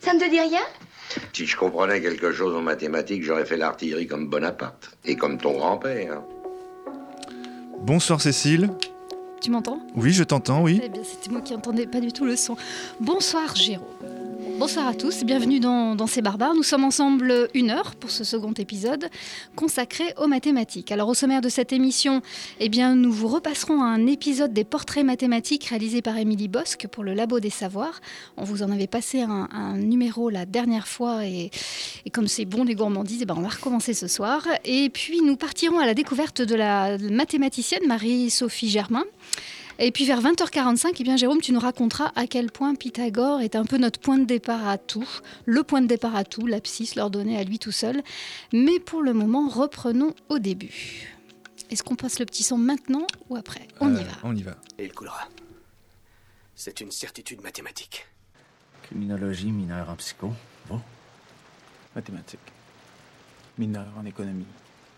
Ça ne te dit rien? Si je comprenais quelque chose en mathématiques, j'aurais fait l'artillerie comme Bonaparte. Et comme ton grand-père. Bonsoir Cécile. Tu m'entends? Oui, je t'entends, oui. Eh bien, c'était moi qui n'entendais pas du tout le son. Bonsoir Jérôme. Bonsoir à tous, bienvenue dans C'est Barbares. Nous sommes ensemble 1 heure pour ce second épisode consacré aux mathématiques. Alors au sommaire de cette émission, eh bien, nous vous repasserons un épisode des portraits mathématiques réalisés par Émilie Bosque pour le Labo des Savoirs. On vous en avait passé un numéro la dernière fois et comme c'est bon les gourmandises, eh ben, on va recommencer ce soir. Et puis nous partirons à la découverte de la mathématicienne Marie-Sophie Germain. Et puis vers 20h45, eh bien, Jérôme, tu nous raconteras à quel point Pythagore est un peu notre point de départ à tout, le point de départ à tout, l'abscisse, l'ordonnée à lui tout seul. Mais pour le moment, reprenons au début. Est-ce qu'on passe le petit son maintenant ou après? On y va. On y va. Et il coulera. C'est une certitude mathématique. Criminologie, mineure en psycho. Bon. Mathématiques. Mineur en économie.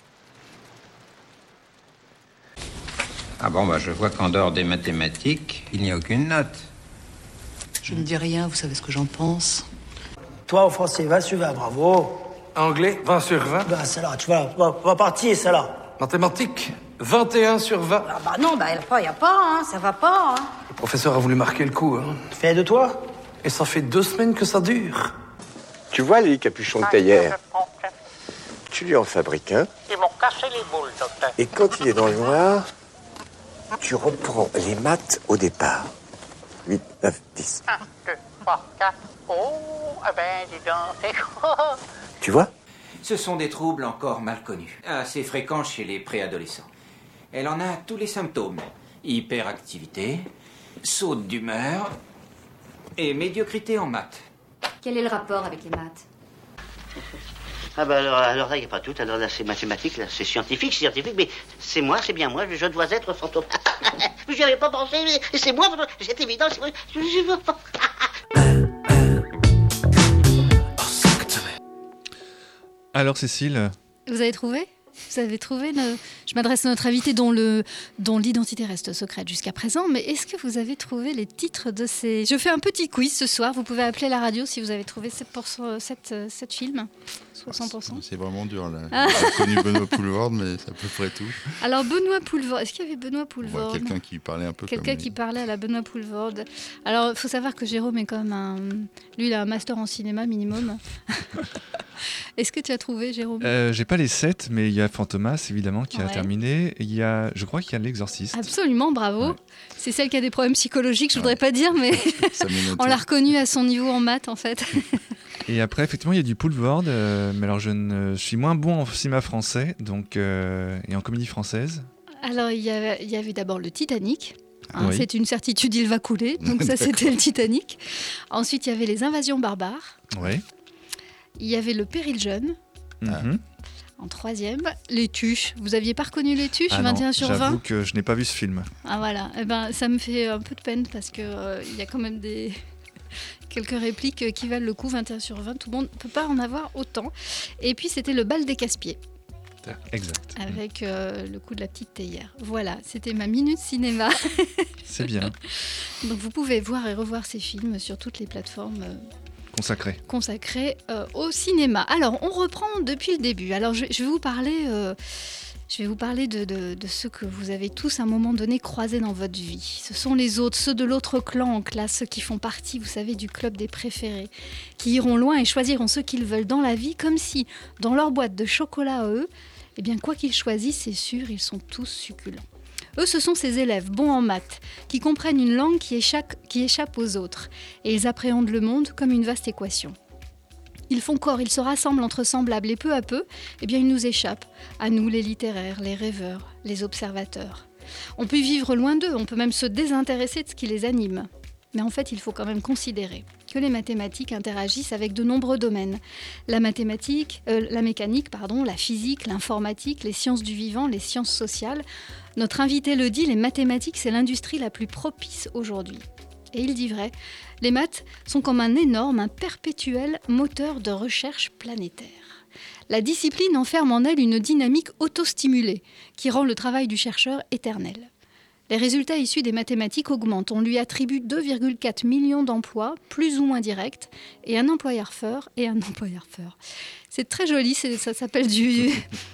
Ah bon, je vois qu'en dehors des mathématiques, il n'y a aucune note. Je ne dis rien, vous savez ce que j'en pense. Toi, au français, 20 sur 20, bravo. Anglais, 20 sur 20. Ben, celle-là, tu vois, on va partir, celle-là. Mathématiques, 21 sur 20. Ah bah non, il y a pas, hein, ça va pas, hein. Le professeur a voulu marquer le coup, hein. Fais de toi. Et ça fait 2 semaines que ça dure. Tu vois les capuchons de théière? Tu lui en fabriques un. Ils m'ont cassé les boules, docteur. Et quand il est dans le noir, tu reprends les maths au départ. 8, 9, 10. 1, 2, 3, 4. Oh, eh ben, dis donc, c'est quoi? Tu vois? Ce sont des troubles encore mal connus, assez fréquents chez les préadolescents. Elle en a tous les symptômes. Hyperactivité, saute d'humeur et médiocrité en maths. Quel est le rapport avec les maths? Ah bah alors là, il n'y a pas tout. Alors là, c'est mathématique, là, c'est scientifique, mais c'est moi, c'est bien moi, je dois être fantôme. J'y avais pas pensé, mais c'est moi, c'est évident, c'est moi. Je veux pas. Alors Cécile, Vous avez trouvé? Vous avez trouvé Je m'adresse à notre invité dont l'identité reste secrète jusqu'à présent, mais est-ce que vous avez trouvé les titres de ces... Je fais un petit quiz ce soir, vous pouvez appeler la radio si vous avez trouvé cette film, 60%. C'est vraiment dur là. J'ai connu Benoît Poulvord, mais c'est à peu près tout. Alors Benoît Poulvord, est-ce qu'il y avait Benoît Poulvord? Quelqu'un qui parlait un peu Quelqu'un qui parlait à la Benoît Poulvord. Alors il faut savoir que Jérôme est comme Lui, il a un master en cinéma minimum. Est-ce que tu as trouvé, Jérôme? j'ai pas les 7, mais il y a Fantomas, évidemment, qui a terminé. Je crois qu'il y a L'Exorciste. Absolument, bravo. Ouais. C'est celle qui a des problèmes psychologiques, je voudrais pas dire, mais on l'a reconnue à son niveau en maths, en fait. Et après, effectivement, il y a du Poulvord, mais alors je suis moins bon en cinéma français et en comédie française. Alors, il y avait d'abord le Titanic. Oui. C'est une certitude, il va couler. Donc ça, c'était le Titanic. Ensuite, il y avait les Invasions barbares. Oui. Il y avait le Péril jeune. En 3e, les Tuches. Vous aviez pas reconnu les Tuches, 21 sur 20? J'avoue que je n'ai pas vu ce film. Ah voilà, eh ben, ça me fait un peu de peine parce qu'il y a quand même quelques répliques qui valent le coup, 21 sur 20. Tout le monde ne peut pas en avoir autant. Et puis c'était le bal des Casse-Pieds. Exact. Avec le coup de la petite théière. Voilà, c'était ma minute cinéma. C'est bien. Donc vous pouvez voir et revoir ces films sur toutes les plateformes consacré au cinéma. Alors, on reprend depuis le début. Alors, je vais vous parler de ceux que vous avez tous à un moment donné croisés dans votre vie. Ce sont les autres, ceux de l'autre clan en classe, ceux qui font partie, vous savez, du club des préférés, qui iront loin et choisiront ce qu'ils veulent dans la vie, comme si, dans leur boîte de chocolat à eux, eh bien, quoi qu'ils choisissent, c'est sûr, ils sont tous succulents. Eux, ce sont ces élèves bons en maths, qui comprennent une langue qui échappe aux autres, et ils appréhendent le monde comme une vaste équation. Ils font corps, ils se rassemblent entre semblables, et peu à peu, eh bien, ils nous échappent, à nous les littéraires, les rêveurs, les observateurs. On peut vivre loin d'eux, on peut même se désintéresser de ce qui les anime. Mais en fait, il faut quand même considérer que les mathématiques interagissent avec de nombreux domaines. La mécanique, la physique, l'informatique, les sciences du vivant, les sciences sociales. Notre invité le dit, les mathématiques, c'est l'industrie la plus propice aujourd'hui. Et il dit vrai, les maths sont comme un perpétuel moteur de recherche planétaire. La discipline enferme en elle une dynamique auto-stimulée qui rend le travail du chercheur éternel. Les résultats issus des mathématiques augmentent. On lui attribue 2,4 millions d'emplois, plus ou moins directs, et un employeur fort et un employeur fort. C'est très joli, ça s'appelle du...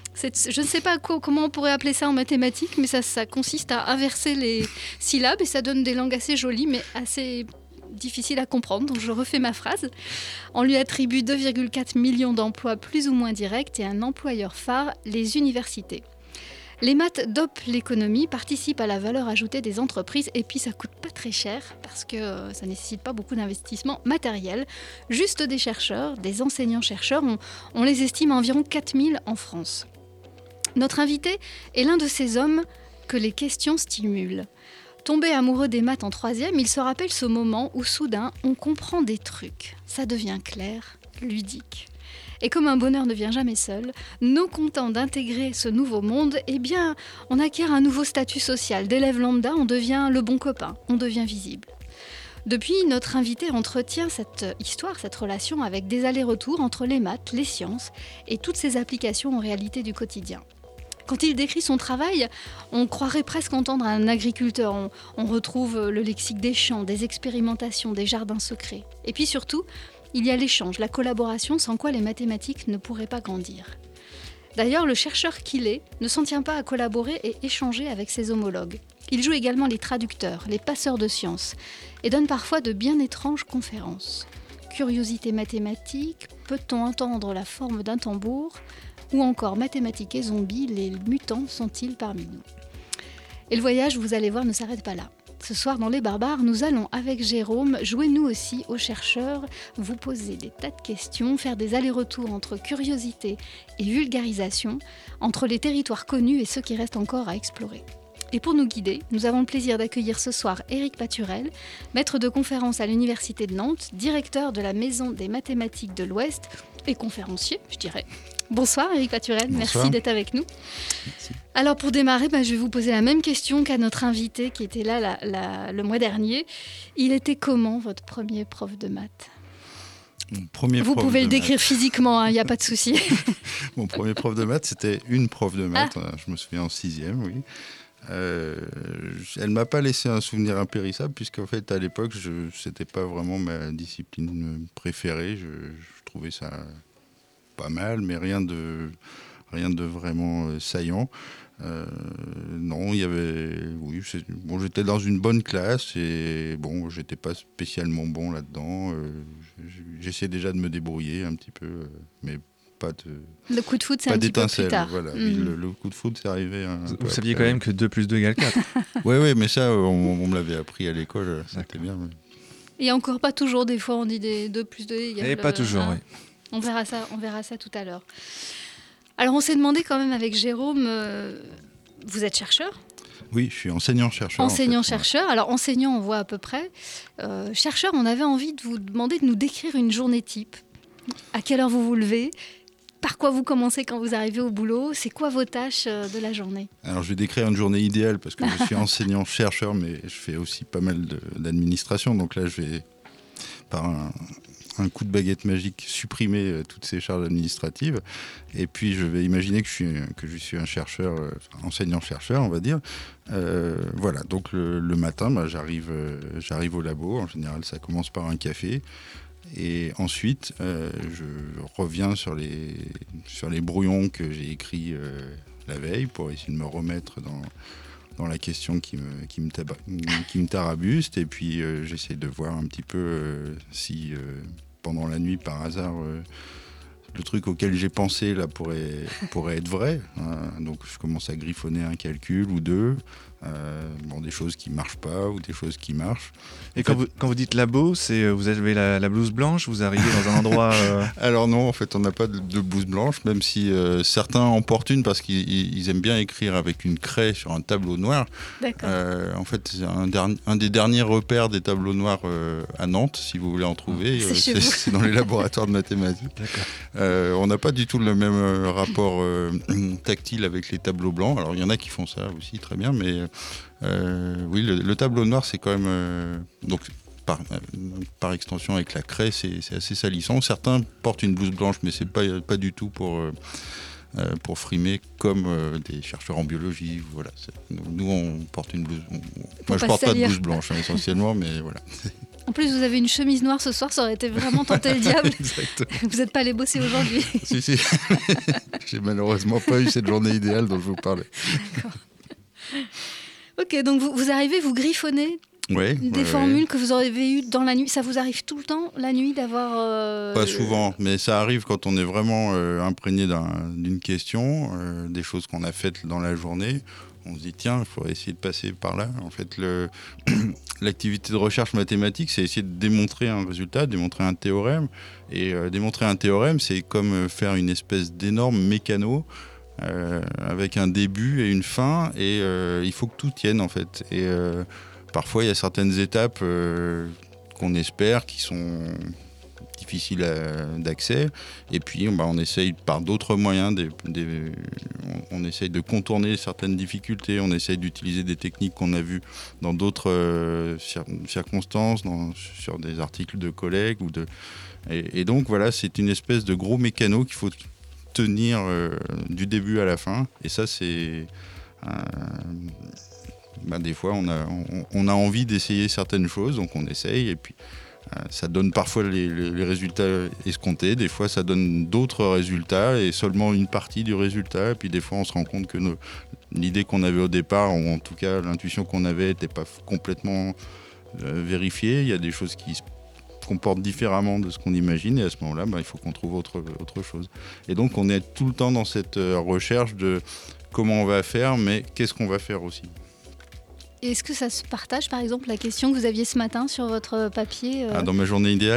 Je ne sais pas comment on pourrait appeler ça en mathématiques, mais ça consiste à inverser les syllabes et ça donne des langues assez jolies, mais assez difficiles à comprendre. Donc je refais ma phrase. On lui attribue 2,4 millions d'emplois, plus ou moins directs, et un employeur phare, les universités. Les maths dopent l'économie, participent à la valeur ajoutée des entreprises et puis ça coûte pas très cher parce que ça nécessite pas beaucoup d'investissement matériel. Juste des chercheurs, des enseignants-chercheurs, on les estime à environ 4000 en France. Notre invité est l'un de ces hommes que les questions stimulent. Tombé amoureux des maths en 3e, il se rappelle ce moment où soudain on comprend des trucs. Ça devient clair, ludique. Et comme un bonheur ne vient jamais seul, non content d'intégrer ce nouveau monde, eh bien, on acquiert un nouveau statut social. D'élève lambda, on devient le bon copain, on devient visible. Depuis, notre invité entretient cette histoire, cette relation avec des allers-retours entre les maths, les sciences et toutes ces applications en réalité du quotidien. Quand il décrit son travail, on croirait presque entendre un agriculteur. On retrouve le lexique des champs, des expérimentations, des jardins secrets. Et puis surtout, il y a l'échange, la collaboration, sans quoi les mathématiques ne pourraient pas grandir. D'ailleurs, le chercheur qu'il est ne s'en tient pas à collaborer et échanger avec ses homologues. Il joue également les traducteurs, les passeurs de sciences, et donne parfois de bien étranges conférences. Curiosité mathématique, peut-on entendre la forme d'un tambour ? Ou encore mathématiques et zombies, les mutants sont-ils parmi nous ? Et le voyage, vous allez voir, ne s'arrête pas là. Ce soir, dans Les Barbares, nous allons, avec Jérôme, jouer nous aussi aux chercheurs, vous poser des tas de questions, faire des allers-retours entre curiosité et vulgarisation, entre les territoires connus et ceux qui restent encore à explorer. Et pour nous guider, nous avons le plaisir d'accueillir ce soir Éric Paturel, maître de conférence à l'Université de Nantes, directeur de la Maison des mathématiques de l'Ouest et conférencier, je dirais. Bonsoir Éric Paturel, merci d'être avec nous. Merci. Alors pour démarrer, je vais vous poser la même question qu'à notre invité qui était là le mois dernier. Il était comment votre premier prof de maths ? Vous pouvez le décrire physiquement, il n'y a pas de souci. Mon premier prof de maths, c'était une prof de maths, je me souviens en 6e, oui. Elle ne m'a pas laissé un souvenir impérissable puisqu'en fait à l'époque c'était pas vraiment ma discipline préférée. Je trouvais ça pas mal, mais rien de vraiment saillant. Non, il y avait, j'étais dans une bonne classe et j'étais pas spécialement bon là-dedans. J'essayais déjà de me débrouiller un petit peu, mais pas de. Le coup de foot, c'est un petit peu plus tard. Voilà. Le coup de foot, c'est arrivé. Vous saviez quand même que 2 + 2 = 4. Oui, mais ça, on me l'avait appris à l'école, c'était bien. Mais... Et encore pas toujours, des fois, on dit des 2 + 2 = Et pas toujours, oui. On verra ça tout à l'heure. Alors, on s'est demandé quand même avec Jérôme, vous êtes chercheur ? Oui, je suis enseignant-chercheur. Enseignant-chercheur. Alors, enseignant, on voit à peu près. Chercheur, on avait envie de vous demander de nous décrire une journée type. À quelle heure vous vous levez ? Par quoi vous commencez quand vous arrivez au boulot ? C'est quoi vos tâches de la journée ? Alors, je vais décrire une journée idéale parce que je suis enseignant-chercheur, mais je fais aussi pas mal d'administration. Donc là, je vais, par un coup de baguette magique, supprimer toutes ces charges administratives. Et puis, je vais imaginer que je suis un chercheur, enseignant-chercheur, on va dire. Voilà, donc le matin, j'arrive au labo. En général, ça commence par un café. Et ensuite, je reviens sur les brouillons que j'ai écrits la veille pour essayer de me remettre dans la question qui me tarabuste. Et puis, j'essaie de voir un petit peu si, pendant la nuit, par hasard, le truc auquel j'ai pensé là pourrait être vrai. Donc, je commence à griffonner un calcul ou deux. Des choses qui ne marchent pas ou des choses qui marchent. Et quand vous dites labo, c'est vous avez la blouse blanche, vous arrivez dans un endroit... Alors non, en fait, on n'a pas de blouse blanche, même si certains en portent une parce qu'ils aiment bien écrire avec une craie sur un tableau noir. D'accord. En fait, c'est un des derniers repères des tableaux noirs à Nantes, si vous voulez en trouver. C'est dans les laboratoires de mathématiques. On n'a pas du tout le même rapport tactile avec les tableaux blancs. Alors, il y en a qui font ça aussi très bien, mais... oui, le tableau noir, c'est quand même... donc, par extension, avec la craie, c'est assez salissant. Certains portent une blouse blanche, mais c'est pas du tout pour pour frimer comme des chercheurs en biologie. Voilà. Nous, on porte une blouse. Moi, je porte pas de blouse blanche essentiellement, mais voilà. En plus, vous avez une chemise noire ce soir, ça aurait été vraiment tenter le diable. Vous n'êtes pas allé bosser aujourd'hui. Si. J'ai malheureusement pas eu cette journée idéale dont je vous parlais. D'accord. Ok, donc vous arrivez, vous griffonnez des formules que vous avez eues dans la nuit. Ça vous arrive tout le temps, la nuit, d'avoir... Pas souvent, mais ça arrive quand on est vraiment imprégné d'une question, des choses qu'on a faites dans la journée. On se dit, tiens, il faudrait essayer de passer par là. En fait, l'activité de recherche mathématique, c'est essayer de démontrer un résultat, démontrer un théorème. Et démontrer un théorème, c'est comme faire une espèce d'énorme mécano avec un début et une fin. Et il faut que tout tienne, en fait. Et parfois, il y a certaines étapes qu'on espère qui sont difficiles d'accès, et puis on essaye par d'autres moyens, on essaye de contourner certaines difficultés, on essaye d'utiliser des techniques qu'on a vues dans d'autres circonstances, sur des articles de collègues, et donc voilà, c'est une espèce de gros mécano qu'il faut tenir du début à la fin, et ça c'est... des fois on a envie d'essayer certaines choses, donc on essaye, et puis ça donne parfois les résultats escomptés, des fois ça donne d'autres résultats et seulement une partie du résultat, et puis des fois on se rend compte que l'idée qu'on avait au départ, ou en tout cas l'intuition qu'on avait, n'était pas complètement vérifiée. Il y a des choses qui se comportent différemment de ce qu'on imagine, et à ce moment-là il faut qu'on trouve autre chose. Et donc on est tout le temps dans cette recherche de comment on va faire, mais qu'est-ce qu'on va faire aussi. Est-ce que ça se partage, par exemple, la question que vous aviez ce matin sur votre papier Dans ma journée idéale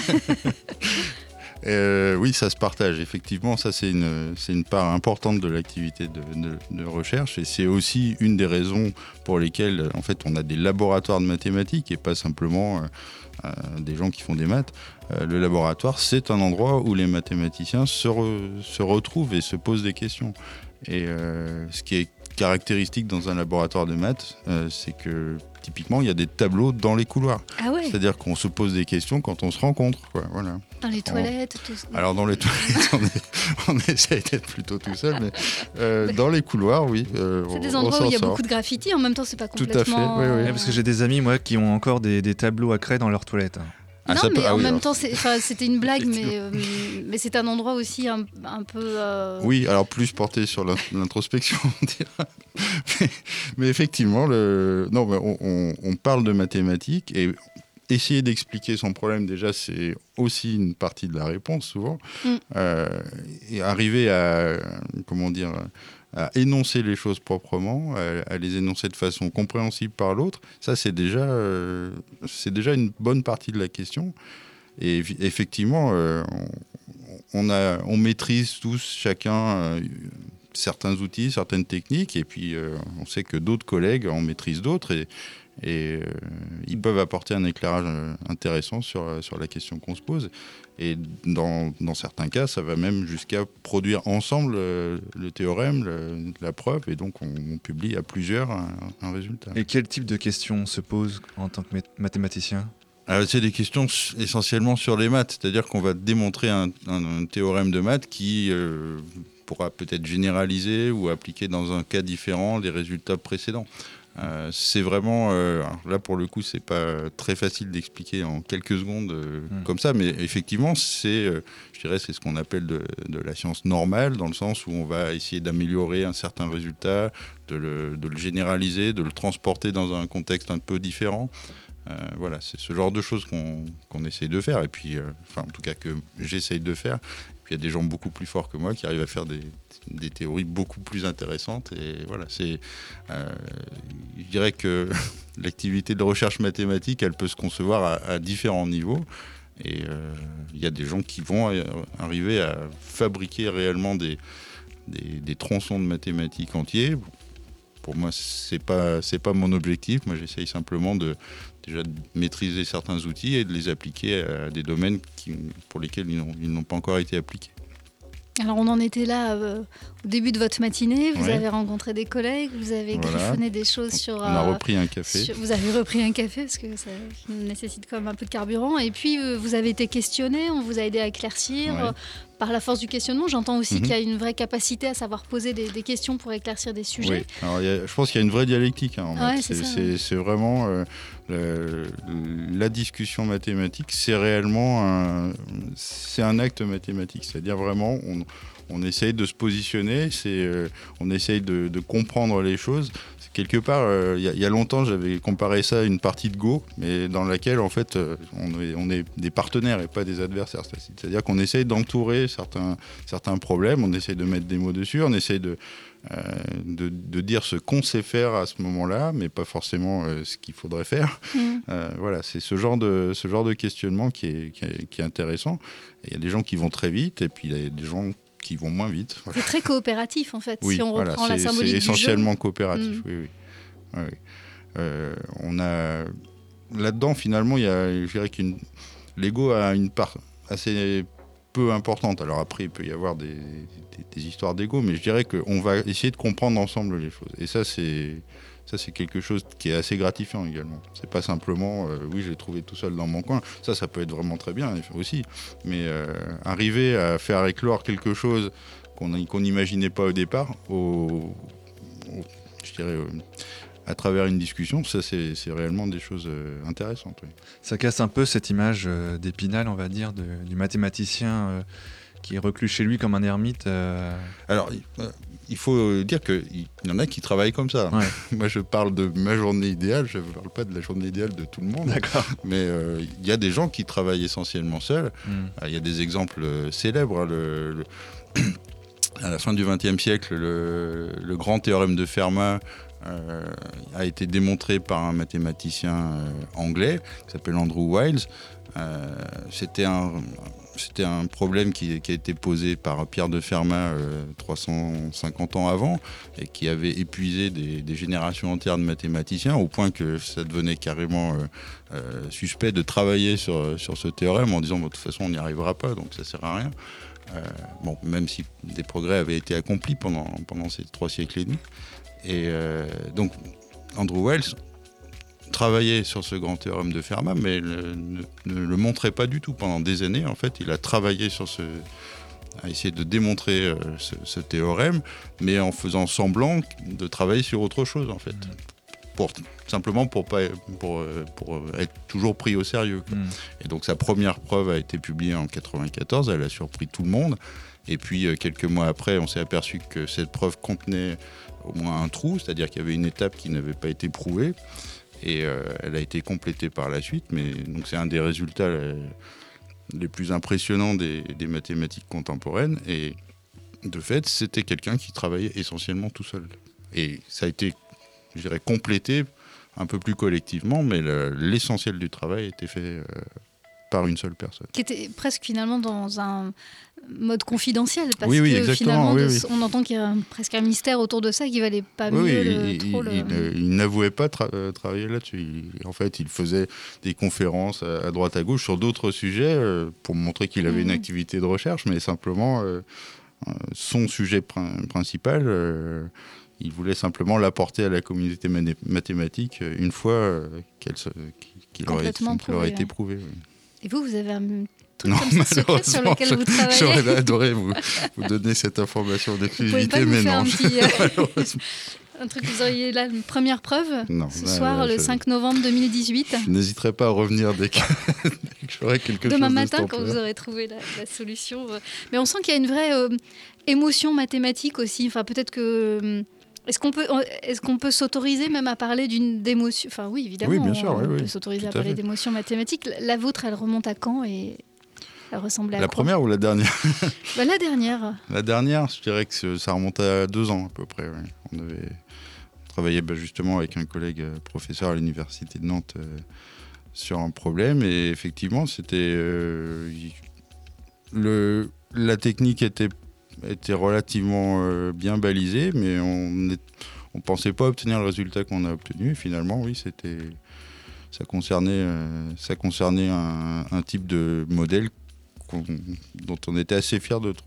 Oui, ça se partage. Effectivement, ça, c'est une part importante de l'activité de recherche. Et c'est aussi une des raisons pour lesquelles, en fait, on a des laboratoires de mathématiques et pas simplement des gens qui font des maths. Le laboratoire, c'est un endroit où les mathématiciens se retrouvent et se posent des questions. Et ce qui est caractéristique dans un laboratoire de maths, c'est que typiquement il y a des tableaux dans les couloirs. Ah ouais. C'est-à-dire qu'on se pose des questions quand on se rencontre, quoi. Voilà. Dans les toilettes, tout ça. Alors dans les toilettes, on essaye d'être plutôt tout seul, mais dans les couloirs, oui. C'est des endroits où il y a beaucoup de graffiti, en même temps c'est pas complètement... Tout à fait, oui. Parce que j'ai des amis, moi, qui ont encore des tableaux à craie dans leurs toilettes. Non, mais en même temps, c'était une blague, mais c'est un endroit aussi un peu... Oui, alors plus porté sur l'introspection, on dirait. Mais effectivement, on parle de mathématiques, et essayer d'expliquer son problème, déjà, c'est aussi une partie de la réponse, souvent. Et arriver à énoncer les choses proprement, à les énoncer de façon compréhensible par l'autre, ça c'est déjà une bonne partie de la question. Et effectivement, on maîtrise tous, chacun, certains outils, certaines techniques, et puis on sait que d'autres collègues en maîtrisent d'autres, et ils peuvent apporter un éclairage intéressant sur la question qu'on se pose. Et dans certains cas, ça va même jusqu'à produire ensemble le théorème, la preuve, et donc on publie à plusieurs un résultat. Et quel type de questions se posent en tant que mathématicien ? C'est des questions essentiellement sur les maths, c'est-à-dire qu'on va démontrer un théorème de maths qui pourra peut-être généraliser ou appliquer dans un cas différent les résultats précédents. C'est vraiment, là pour le coup c'est pas très facile d'expliquer en quelques secondes comme ça, mais effectivement c'est ce qu'on appelle de la science normale, dans le sens où on va essayer d'améliorer un certain résultat, de le généraliser, de le transporter dans un contexte un peu différent. Voilà, c'est ce genre de choses qu'on essaye de faire, et puis en tout cas que j'essaye de faire. Il y a des gens beaucoup plus forts que moi qui arrivent à faire des théories beaucoup plus intéressantes. Et voilà, je dirais que l'activité de recherche mathématique, elle peut se concevoir à différents niveaux. Et il y a des gens qui vont arriver à fabriquer réellement des tronçons de mathématiques entiers. Pour moi, c'est pas mon objectif. Moi, j'essaye simplement déjà de maîtriser certains outils et de les appliquer à des domaines pour lesquels ils n'ont pas encore été appliqués. Alors on en était là au début de votre matinée, vous avez rencontré des collègues, vous avez griffonné des choses sur... On a repris un café. Vous avez repris un café parce que ça nécessite quand même un peu de carburant, et puis vous avez été questionné, on vous a aidé à éclaircir par la force du questionnement. J'entends aussi qu'il y a une vraie capacité à savoir poser des questions pour éclaircir des sujets. Oui. Alors, je pense qu'il y a une vraie dialectique. C'est vraiment la discussion mathématique, c'est réellement un acte mathématique. C'est-à-dire vraiment, on essaye de se positionner, on essaye de comprendre les choses. Quelque part, il y a longtemps, j'avais comparé ça à une partie de Go, mais dans laquelle, en fait, on est des partenaires et pas des adversaires. C'est-à-dire qu'on essaye d'entourer certains problèmes, on essaye de mettre des mots dessus, on essaye de dire ce qu'on sait faire à ce moment-là, mais pas forcément ce qu'il faudrait faire. Voilà, c'est ce genre de questionnement qui est intéressant. Il y a des gens qui vont très vite, et puis il y a des gens qui vont moins vite. C'est très coopératif, en fait, oui, si on reprend la symbolique du jeu. C'est essentiellement coopératif, oui. On a... Là-dedans, finalement, je dirais que l'ego a une part assez peu importante. Alors après, il peut y avoir des histoires d'ego, mais je dirais qu'on va essayer de comprendre ensemble les choses. Et ça, c'est quelque chose qui est assez gratifiant également. C'est pas simplement, oui, je l'ai trouvé tout seul dans mon coin. Ça peut être vraiment très bien aussi. Mais arriver à faire éclore quelque chose qu'on n'imaginait pas au départ, je dirais, à travers une discussion, ça, c'est réellement des choses intéressantes. Oui. Ça casse un peu cette image d'Épinal, on va dire, du mathématicien qui est reclus chez lui comme un ermite. Alors... il faut dire qu'il y en a qui travaillent comme ça. Ouais. Moi, je parle de ma journée idéale, je ne parle pas de la journée idéale de tout le monde. D'accord. Mais il y a des gens qui travaillent essentiellement seuls. Il y a des exemples célèbres. À la fin du XXe siècle, le grand théorème de Fermat a été démontré par un mathématicien anglais qui s'appelle Andrew Wiles. C'était un problème qui a été posé par Pierre de Fermat 350 ans avant et qui avait épuisé des générations entières de mathématiciens au point que ça devenait carrément suspect de travailler sur ce théorème en disant de toute façon on n'y arrivera pas donc ça sert à rien. Même si des progrès avaient été accomplis pendant ces 3 siècles et demi. Et donc Andrew Wiles travaillait sur ce grand théorème de Fermat, mais ne le montrait pas du tout. Pendant des années, en fait, il a travaillé à essayer de démontrer ce théorème, mais en faisant semblant de travailler sur autre chose, en fait. Simplement pour être toujours pris au sérieux. Et donc, sa première preuve a été publiée en 1994, elle a surpris tout le monde. Et puis, quelques mois après, on s'est aperçu que cette preuve contenait au moins un trou, c'est-à-dire qu'il y avait une étape qui n'avait pas été prouvée. Et elle a été complétée par la suite, mais donc c'est un des résultats les plus impressionnants des mathématiques contemporaines. Et de fait, c'était quelqu'un qui travaillait essentiellement tout seul. Et ça a été, je dirais, complété un peu plus collectivement, mais l'essentiel du travail a été fait par une seule personne. Qui était presque finalement dans un mode confidentiel, parce oui, que finalement on oui. entend qu'il y a presque un mystère autour de ça, qu'il valait pas mieux il n'avouait pas travailler là-dessus. En fait, il faisait des conférences à droite à gauche sur d'autres sujets pour montrer qu'il avait une activité de recherche, mais simplement son sujet principal, il voulait simplement l'apporter à la communauté mathématique une fois qu'il aurait été prouvé. Oui. Et vous avez un truc comme ça secret sur lequel vous travaillez? J'aurais adoré vous donner cette information d'exclusivité, mais non. Un truc, vous auriez là une première preuve ce soir, le 5 novembre 2018. Je n'hésiterai pas à revenir dès que j'aurai quelque chose demain matin, quand vous aurez trouvé la solution. Mais on sent qu'il y a une vraie émotion mathématique aussi. Enfin, peut-être que... Est-ce qu'on peut s'autoriser même à parler d'émotion? Enfin oui, évidemment, oui, bien sûr, on peut s'autoriser à parler d'émotions mathématiques. La vôtre, elle remonte à quand et elle ressemblait à quoi? La première ou la dernière? La dernière. La dernière, je dirais que ça remonte à 2 ans à peu près. Ouais. On avait travaillé justement avec un collègue professeur à l'université de Nantes sur un problème et effectivement, c'était la technique était relativement bien balisé, mais on pensait pas obtenir le résultat qu'on a obtenu. Et finalement, oui, ça concernait un type de modèle dont on était assez fiers de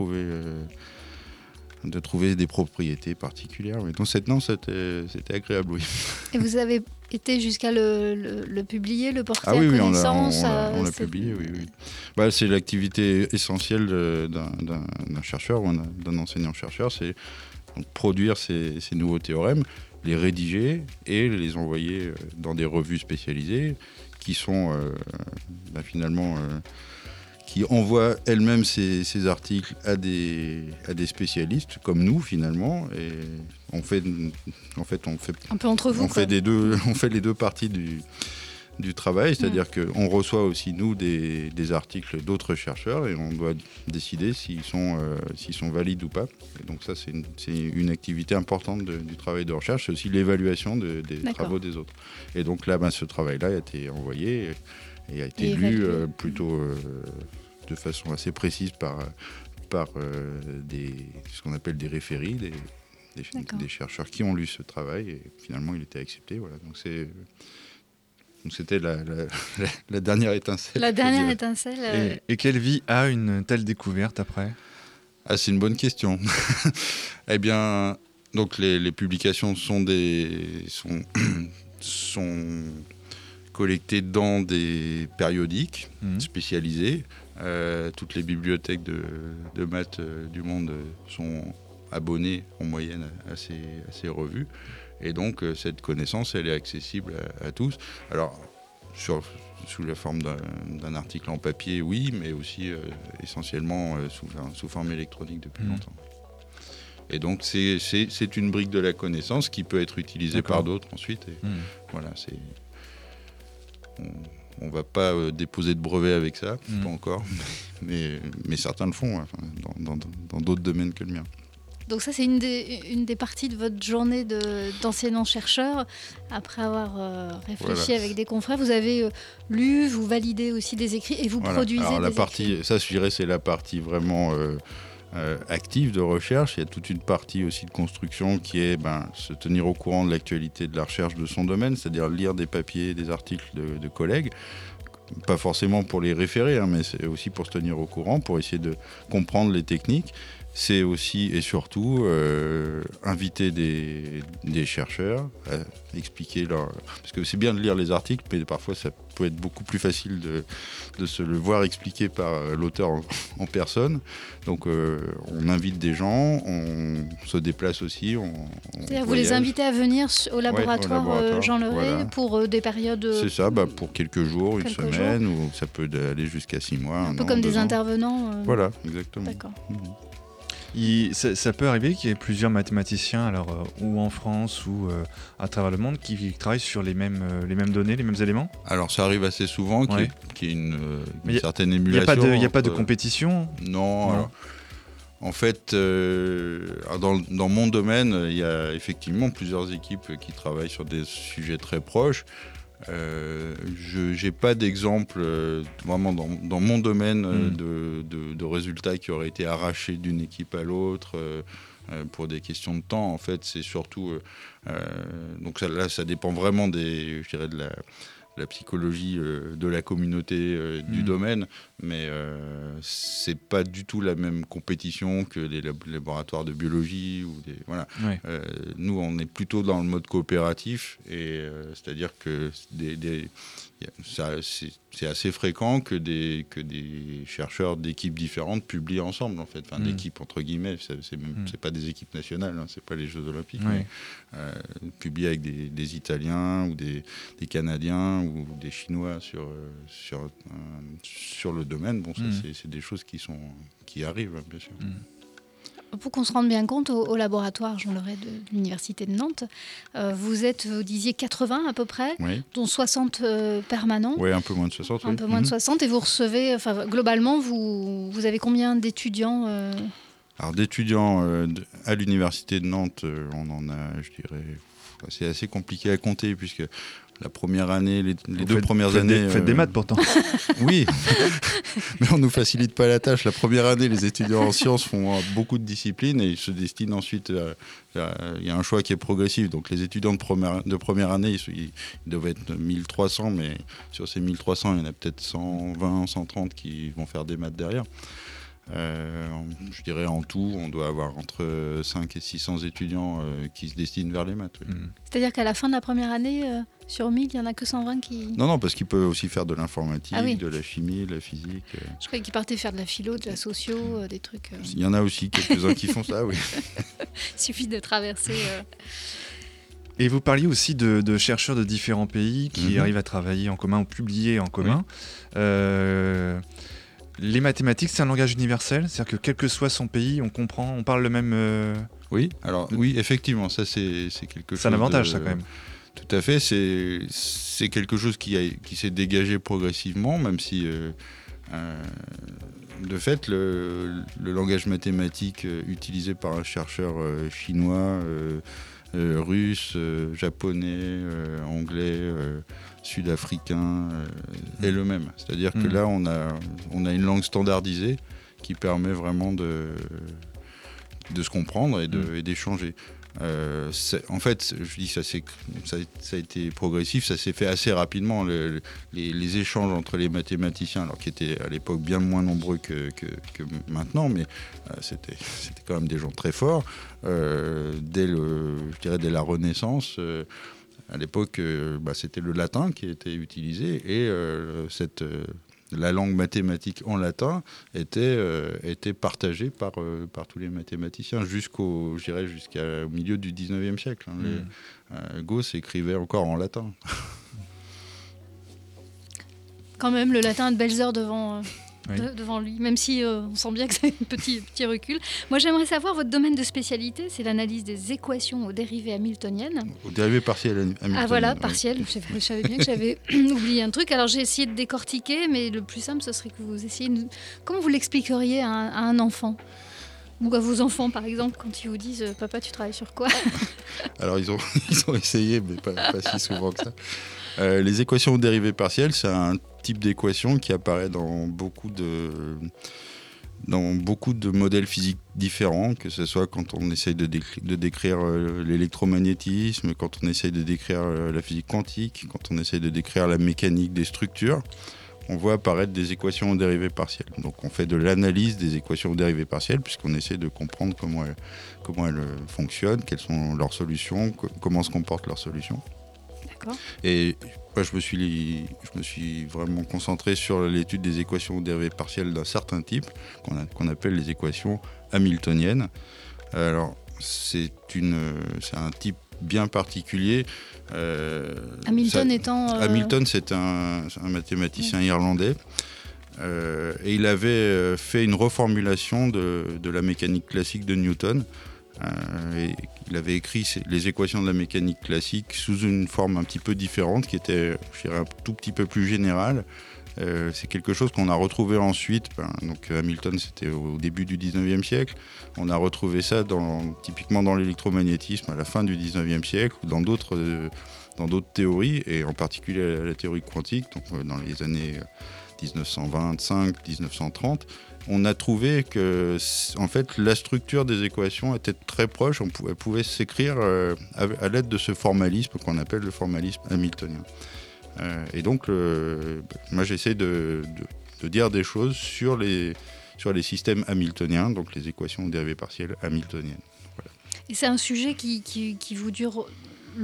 trouver des propriétés particulières. Mais donc c'était agréable, oui. Et vous avez été jusqu'à le publier, le porter Ah oui, à oui, connaissance. on l'a publié, oui. Bah, c'est l'activité essentielle d'un chercheur ou d'un enseignant-chercheur, c'est donc produire ces nouveaux théorèmes, les rédiger et les envoyer dans des revues spécialisées qui sont finalement... qui envoient elles-mêmes ces articles à des spécialistes comme nous finalement, et on fait un peu entre vous. On fait les deux parties du travail, c'est-à-dire qu'on reçoit aussi nous des articles d'autres chercheurs et on doit décider s'ils sont valides ou pas. Et donc ça c'est une activité importante du travail de recherche, c'est aussi l'évaluation des travaux des autres. Et donc là ce travail-là a été envoyé et a été lu plutôt de façon assez précise par ce qu'on appelle des référies, des chercheurs qui ont lu ce travail et finalement il était accepté. Voilà. Donc c'était la dernière étincelle. La dernière étincelle. Et quelle vie a une telle découverte après ? Ah, c'est une bonne question. Eh bien, donc les publications sont collectées dans des périodiques spécialisés. Toutes les bibliothèques de maths du monde sont abonnées en moyenne à ces revues. Et donc, cette connaissance, elle est accessible à tous. Alors, sous la forme d'un article en papier, oui, mais aussi essentiellement sous forme électronique depuis longtemps. Et donc, c'est une brique de la connaissance qui peut être utilisée par d'autres ensuite. Et voilà, on ne va pas déposer de brevet avec ça, pas encore, mais certains le font, dans d'autres domaines que le mien. Donc ça, c'est une des parties de votre journée d'enseignant-chercheur. Après avoir réfléchi avec des confrères, vous avez lu, vous validez aussi des écrits et vous produisez des écrits. Ça, je dirais, c'est la partie vraiment active de recherche. Il y a toute une partie aussi de construction qui est se tenir au courant de l'actualité de la recherche de son domaine, c'est-à-dire lire des papiers, des articles de collègues. Pas forcément pour les référer, mais c'est aussi pour se tenir au courant, pour essayer de comprendre les techniques. C'est aussi et surtout inviter des chercheurs à expliquer parce que c'est bien de lire les articles, mais parfois ça peut être beaucoup plus facile de se le voir expliqué par l'auteur en personne. Donc on invite des gens, on se déplace aussi. C'est-à-dire vous les invitez à venir au laboratoire Jean Leray pour des périodes... C'est ça, pour quelques jours, une semaine, ou ça peut aller jusqu'à 6 mois. Un peu comme des intervenants. Voilà, exactement. D'accord. Ça peut arriver qu'il y ait plusieurs mathématiciens, ou en France ou à travers le monde, qui travaillent sur les mêmes données, les mêmes éléments. Alors ça arrive assez souvent qu'il y ait une certaine émulation. Il n'y a pas de compétition ? Non. Alors, en fait, dans mon domaine, il y a effectivement plusieurs équipes qui travaillent sur des sujets très proches. Je n'ai pas d'exemple vraiment dans mon domaine de résultats qui auraient été arrachés d'une équipe à l'autre pour des questions de temps. En fait, c'est surtout... donc ça dépend vraiment de la psychologie de la communauté du domaine, mais c'est pas du tout la même compétition que les laboratoires de biologie ou nous on est plutôt dans le mode coopératif, et c'est-à-dire que c'est assez fréquent que des chercheurs d'équipes différentes publient ensemble, en fait, d'équipes entre guillemets, c'est pas des équipes nationales, c'est pas les Jeux Olympiques, mais publier avec des Italiens ou des Canadiens ou des Chinois sur le domaine. Bon, ça, c'est des choses qui arrivent, bien sûr. Pour qu'on se rende bien compte, au laboratoire Jean Leray de l'Université de Nantes, vous disiez 80 à peu près, dont 60 permanents. Oui, un peu moins de 60. Un peu moins de 60, et vous recevez, globalement, vous avez combien d'étudiants Alors d'étudiants à l'Université de Nantes, on en a, je dirais, c'est assez compliqué à compter, puisque la première année, les deux premières années... Faites des maths pourtant. Oui, mais on ne nous facilite pas la tâche. La première année, les étudiants en sciences font beaucoup de disciplines et ils se destinent ensuite... Il y a un choix qui est progressif. Donc les étudiants de première année, ils doivent être 1300, mais sur ces 1300, il y en a peut-être 120, 130 qui vont faire des maths derrière. Je dirais en tout, on doit avoir entre 5 et 600 étudiants qui se destinent vers les maths. Oui. C'est-à-dire qu'à la fin de la première année, sur 1000, il n'y en a que 120 qui... Non, parce qu'ils peuvent aussi faire de l'informatique, Ah oui. de la chimie, de la physique. Je croyais qu'ils partaient faire de la philo, de la socio, des trucs... Il y en a aussi quelques-uns qui font ça, oui. Il suffit de traverser... Et vous parliez aussi de chercheurs de différents pays qui arrivent à travailler en commun ou publier en commun. Oui. Les mathématiques, c'est un langage universel, c'est-à-dire que quel que soit son pays, on comprend, on parle le même... Oui, alors oui, effectivement, ça c'est quelque chose... C'est un avantage, ça, quand même. Tout à fait, c'est quelque chose qui s'est dégagé progressivement, même si, de fait, le langage mathématique utilisé par un chercheur chinois, russe, japonais, anglais, sud-africain est le même. C'est-à-dire que là, on a une langue standardisée qui permet vraiment de se comprendre et d'échanger. En fait, je dis ça a été progressif, ça s'est fait assez rapidement. Les échanges entre les mathématiciens, alors qui étaient à l'époque bien moins nombreux que maintenant, mais c'était quand même des gens très forts. Dès la Renaissance, à l'époque, c'était le latin qui était utilisé et la langue mathématique en latin était partagée par tous les mathématiciens jusqu'au milieu du 19e siècle. Gauss écrivait encore en latin. Quand même, le latin a de belles heures devant lui, même si on sent bien que c'est un petit recul. Moi, j'aimerais savoir, votre domaine de spécialité, c'est l'analyse des équations aux dérivées hamiltoniennes. Aux dérivées partielles hamiltoniennes. Ah voilà, partielles. Oui. Je savais bien que j'avais oublié un truc. Alors, j'ai essayé de décortiquer, mais le plus simple, ce serait que vous essayiez... Comment vous l'expliqueriez à un enfant ? Ou à vos enfants, par exemple, quand ils vous disent « Papa, tu travailles sur quoi ?» Alors, ils ont essayé, mais pas si souvent que ça. Les équations aux dérivées partielles, c'est un type d'équation qui apparaît dans beaucoup de modèles physiques différents, que ce soit quand on essaye de décrire l'électromagnétisme, quand on essaye de décrire la physique quantique, quand on essaye de décrire la mécanique des structures. On voit apparaître des équations aux dérivées partielles. Donc on fait de l'analyse des équations aux dérivées partielles puisqu'on essaie de comprendre comment elles fonctionnent, quelles sont leurs solutions, comment se comportent leurs solutions. D'accord. Et moi, je me suis vraiment concentré sur l'étude des équations aux dérivées partielles d'un certain type qu'on appelle les équations hamiltoniennes. Alors c'est un type bien particulier. Hamilton, c'est un mathématicien irlandais et il avait fait une reformulation de la mécanique classique de Newton. Et il avait écrit les équations de la mécanique classique sous une forme un petit peu différente qui était, je dirais, un tout petit peu plus générale. C'est quelque chose qu'on a retrouvé ensuite. Donc Hamilton, c'était au début du 19e siècle. On a retrouvé ça typiquement dans l'électromagnétisme à la fin du 19e siècle ou dans d'autres théories, et en particulier la théorie quantique, donc dans les années 1925-1930. On a trouvé que en fait, la structure des équations était très proche. Elle pouvait s'écrire à l'aide de ce formalisme qu'on appelle le formalisme hamiltonien. Et donc, moi, j'essaie de dire des choses sur les systèmes hamiltoniens, donc les équations aux dérivées partielles hamiltoniennes. Voilà. Et c'est un sujet qui vous dure longtemps ?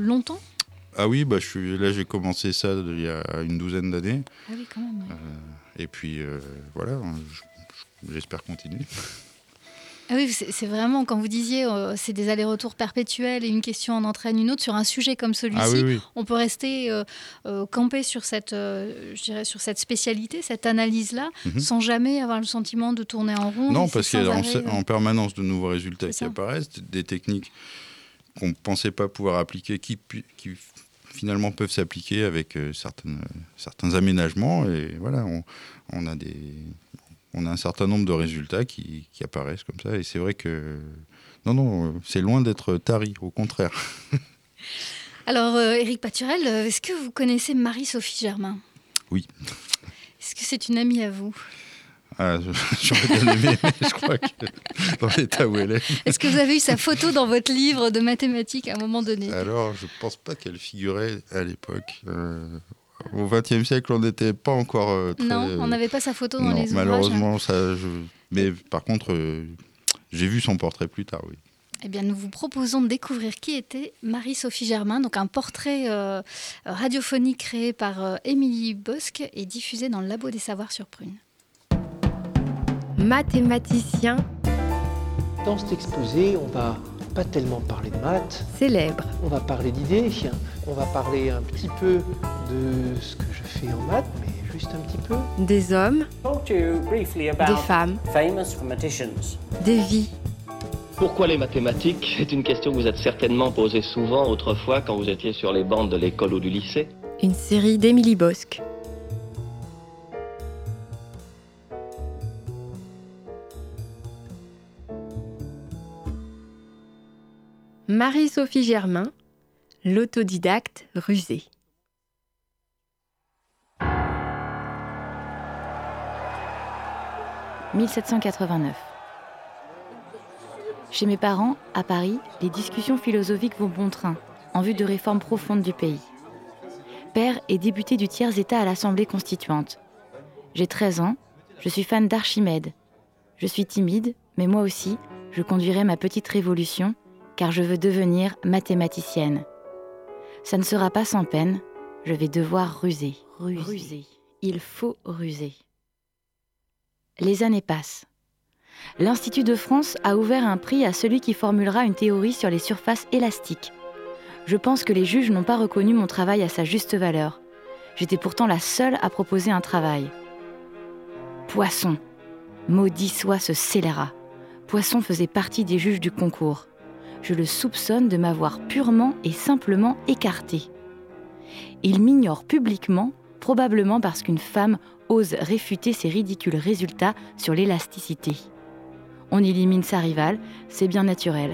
Ah oui, j'ai commencé ça il y a une douzaine d'années. Ah oui, quand même. Et puis, voilà, j'espère continuer. Ah oui, c'est vraiment, quand vous disiez, c'est des allers-retours perpétuels et une question en entraîne une autre, sur un sujet comme celui-ci, ah oui. On peut rester campé sur cette spécialité, cette analyse-là, sans jamais avoir le sentiment de tourner en rond. Non, parce qu'il y a en permanence de nouveaux résultats qui apparaissent, des techniques qu'on ne pensait pas pouvoir appliquer, qui finalement peuvent s'appliquer avec certains aménagements. Et voilà, on a un certain nombre de résultats qui apparaissent comme ça. Et c'est vrai que non, c'est loin d'être tari, au contraire. Alors, Éric Paturel, est-ce que vous connaissez Marie-Sophie Germain ? Oui. Est-ce que c'est une amie à vous ? J'aurais bien aimé, mais je crois que dans l'état où elle est. Est-ce que vous avez eu sa photo dans votre livre de mathématiques à un moment donné ? Alors, je ne pense pas qu'elle figurait à l'époque. Au XXe siècle, on n'était pas encore très... Non, on n'avait pas sa photo dans les ouvrages. Malheureusement, mais par contre, j'ai vu son portrait plus tard, oui. Eh bien, nous vous proposons de découvrir qui était Marie-Sophie Germain, donc un portrait radiophonique créé par Émilie Bosque et diffusé dans le Labo des Savoirs sur Prune. Mathématicien. Dans cet exposé, on va pas tellement parler de maths. Célèbre. On va parler d'idées. On va parler un petit peu de ce que je fais en maths, mais juste un petit peu. Des hommes. Des femmes. Des vies. Pourquoi les mathématiques? C'est une question que vous êtes certainement posée souvent autrefois quand vous étiez sur les bancs de l'école ou du lycée. Une série d'Émilie Bosque. Marie-Sophie Germain, l'autodidacte rusée. « 1789. Chez mes parents, à Paris, les discussions philosophiques vont bon train, en vue de réformes profondes du pays. Père est député du tiers-État à l'Assemblée constituante. J'ai 13 ans, je suis fan d'Archimède. Je suis timide, mais moi aussi, je conduirai ma petite révolution, car je veux devenir mathématicienne. Ça ne sera pas sans peine, je vais devoir ruser. Ruser. Il faut ruser. Les années passent. L'Institut de France a ouvert un prix à celui qui formulera une théorie sur les surfaces élastiques. Je pense que les juges n'ont pas reconnu mon travail à sa juste valeur. J'étais pourtant la seule à proposer un travail. Poisson. Maudit soit ce scélérat. Poisson faisait partie des juges du concours. Je le soupçonne de m'avoir purement et simplement écarté. Il m'ignore publiquement, probablement parce qu'une femme ose réfuter ses ridicules résultats sur l'élasticité. On élimine sa rivale, c'est bien naturel.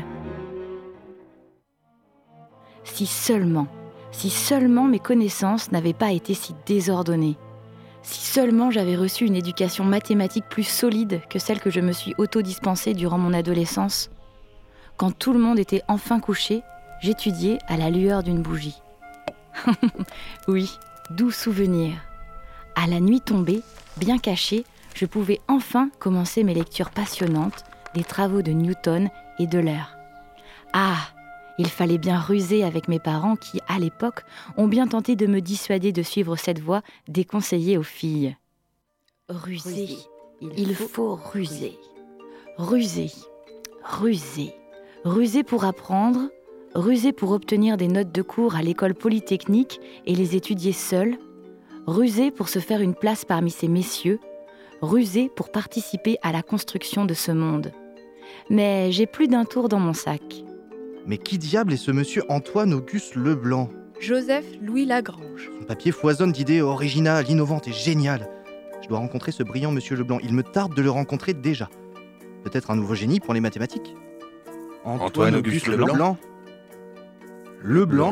Si seulement mes connaissances n'avaient pas été si désordonnées, si seulement j'avais reçu une éducation mathématique plus solide que celle que je me suis auto-dispensée durant mon adolescence. Quand tout le monde était enfin couché, j'étudiais à la lueur d'une bougie. Oui, doux souvenir. À la nuit tombée, bien cachée, je pouvais enfin commencer mes lectures passionnantes des travaux de Newton et d'Euler. Ah, il fallait bien ruser avec mes parents qui, à l'époque, ont bien tenté de me dissuader de suivre cette voie déconseillée aux filles. Ruser. Il faut ruser. Ruser. Ruser. Ruser pour apprendre, ruser pour obtenir des notes de cours à l'école polytechnique et les étudier seul, ruser pour se faire une place parmi ces messieurs, ruser pour participer à la construction de ce monde. Mais j'ai plus d'un tour dans mon sac. Mais qui diable est ce monsieur Antoine-Auguste Leblanc ? Joseph-Louis Lagrange. Son papier foisonne d'idées originales, innovantes et géniales. Je dois rencontrer ce brillant monsieur Leblanc. Il me tarde de le rencontrer déjà. Peut-être un nouveau génie pour les mathématiques ? Antoine-Auguste Leblanc. Leblanc ?